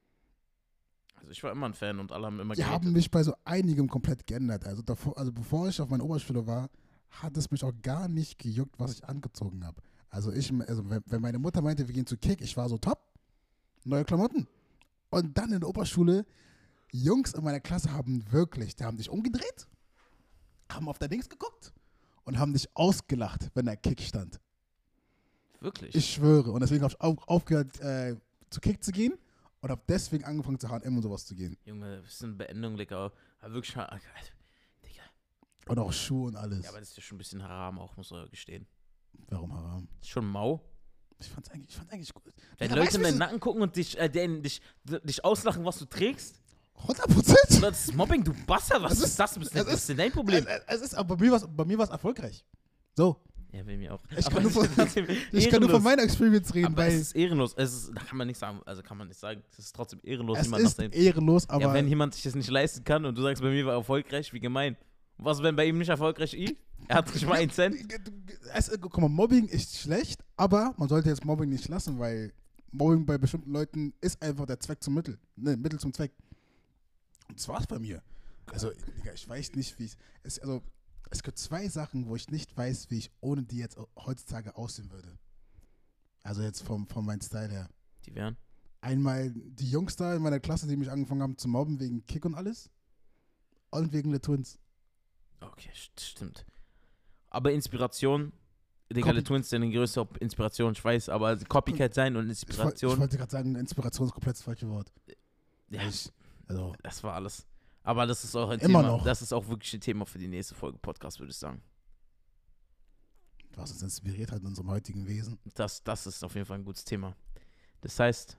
Speaker 2: Also ich war immer ein Fan und alle haben immer
Speaker 3: Die haben
Speaker 2: gehatet.
Speaker 3: mich bei so einigem komplett geändert. Also, davor, also bevor ich auf meiner Oberschule war, hat es mich auch gar nicht gejuckt, was ich angezogen habe. Also ich, also wenn, wenn meine Mutter meinte, wir gehen zu Kick, ich war so top, neue Klamotten. Und dann in der Oberschule, Jungs in meiner Klasse haben wirklich, die haben dich umgedreht, haben auf der Dings geguckt und haben dich ausgelacht, wenn der Kick stand.
Speaker 2: Wirklich?
Speaker 3: Ich schwöre. Und deswegen habe ich auf, aufgehört, äh, zu Kick zu gehen und habe deswegen angefangen, zu H und M und sowas zu gehen.
Speaker 2: Junge, das ist eine Beendung, Digga. Aber wirklich, Digga.
Speaker 3: Und auch Schuhe und alles.
Speaker 2: Ja, aber das ist ja schon ein bisschen haram auch, muss ich gestehen.
Speaker 3: Warum Haram?
Speaker 2: Das ist schon mau.
Speaker 3: Ich fand's eigentlich, ich fand's eigentlich gut.
Speaker 2: Wenn
Speaker 3: Digga,
Speaker 2: Leute
Speaker 3: weißt du,
Speaker 2: in deinen
Speaker 3: wie
Speaker 2: Nacken gucken und dich, äh, den, dich, dich auslachen, was du trägst.
Speaker 3: hundert Prozent.
Speaker 2: Oder das ist Mobbing, du Bastard, was
Speaker 3: Es
Speaker 2: ist,
Speaker 3: ist-
Speaker 2: das? Was
Speaker 3: es
Speaker 2: ist, was ist denn dein Problem?
Speaker 3: Es, es ist, aber bei mir war's, bei mir war's erfolgreich. So.
Speaker 2: Ja, bei mir auch.
Speaker 3: Ich
Speaker 2: Aber
Speaker 3: kann nur
Speaker 2: es ist
Speaker 3: von-
Speaker 2: trotzdem
Speaker 3: Ich kann nur von
Speaker 2: ehrenlos.
Speaker 3: meiner Experience reden,
Speaker 2: Aber es
Speaker 3: weil
Speaker 2: ist ehrenlos. Es ist, da kann man nicht sagen, also kann man nicht sagen, es ist trotzdem ehrenlos,
Speaker 3: es
Speaker 2: jemand nach
Speaker 3: ist
Speaker 2: seinem.
Speaker 3: ehrenlos, aber
Speaker 2: Ja, wenn jemand sich das nicht leisten kann und du sagst, bei mir war erfolgreich, wie gemein. Und was, wenn bei ihm nicht erfolgreich ich? Er hat nicht mal einen Cent.
Speaker 3: es, guck mal, Mobbing ist schlecht, aber man sollte jetzt Mobbing nicht lassen, weil Mobbing bei bestimmten Leuten ist einfach der Zweck zum Mittel. Ne, Mittel zum Zweck. Und das war's bei mir. Also, Digga, ich weiß nicht, wie es. Also, es gibt zwei Sachen, wo ich nicht weiß, wie ich ohne die jetzt heutzutage aussehen würde. Also jetzt vom, von meinem Style her.
Speaker 2: Die wären.
Speaker 3: Einmal die Jungs da in meiner Klasse, die mich angefangen haben zu mobben wegen Kick und alles. Und wegen der Twins.
Speaker 2: Okay, st- stimmt. Aber Inspiration, Digga,
Speaker 3: Copy-
Speaker 2: Le Twins sind die größte Inspiration, ich weiß, aber Copycat sein und
Speaker 3: Ich, woll- ich
Speaker 2: Inspiration,
Speaker 3: wollte gerade sagen, Inspiration ist komplett das falsche Wort.
Speaker 2: ja,
Speaker 3: Ich, also,
Speaker 2: das war alles. Aber das ist auch ein
Speaker 3: Immer
Speaker 2: Thema,
Speaker 3: noch.
Speaker 2: das ist auch wirklich ein Thema für die nächste Folge Podcast, würde ich sagen.
Speaker 3: was uns inspiriert hat in unserem heutigen Wesen.
Speaker 2: Das, das ist auf jeden Fall ein gutes Thema. Das heißt,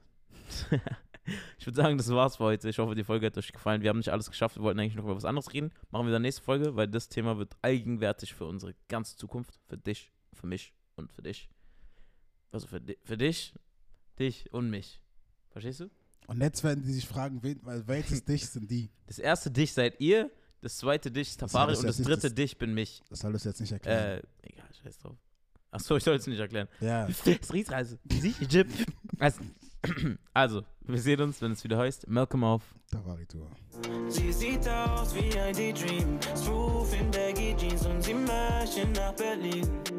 Speaker 2: ich würde sagen, das war's für heute. Ich hoffe, die Folge hat euch gefallen. Wir haben nicht alles geschafft. Wir wollten eigentlich noch über was anderes reden. Machen wir dann nächste Folge, weil das Thema wird allgegenwärtig für unsere ganze Zukunft. Für dich, für mich und für dich. Also für, di- für dich, dich und mich. Verstehst du?
Speaker 3: Und jetzt werden die sich fragen, wen, weil welches Dich sind die?
Speaker 2: Das erste Dich seid ihr, das zweite Dich ist Tafari
Speaker 3: Das
Speaker 2: und das
Speaker 3: heißt
Speaker 2: dritte
Speaker 3: nicht,
Speaker 2: Dich bin mich.
Speaker 3: Das solltest du jetzt nicht erklären.
Speaker 2: Äh, egal, scheiß drauf. Achso, ich soll es nicht erklären.
Speaker 3: ja.
Speaker 2: Das Riesreise. Egypt. Also, also, wir sehen uns, wenn es wieder heißt. Malcolm auf.
Speaker 3: Da war die Tour.
Speaker 1: Sie sieht aus wie ein Daydream, smooth in baggy Jeans und sie möchte nach Berlin.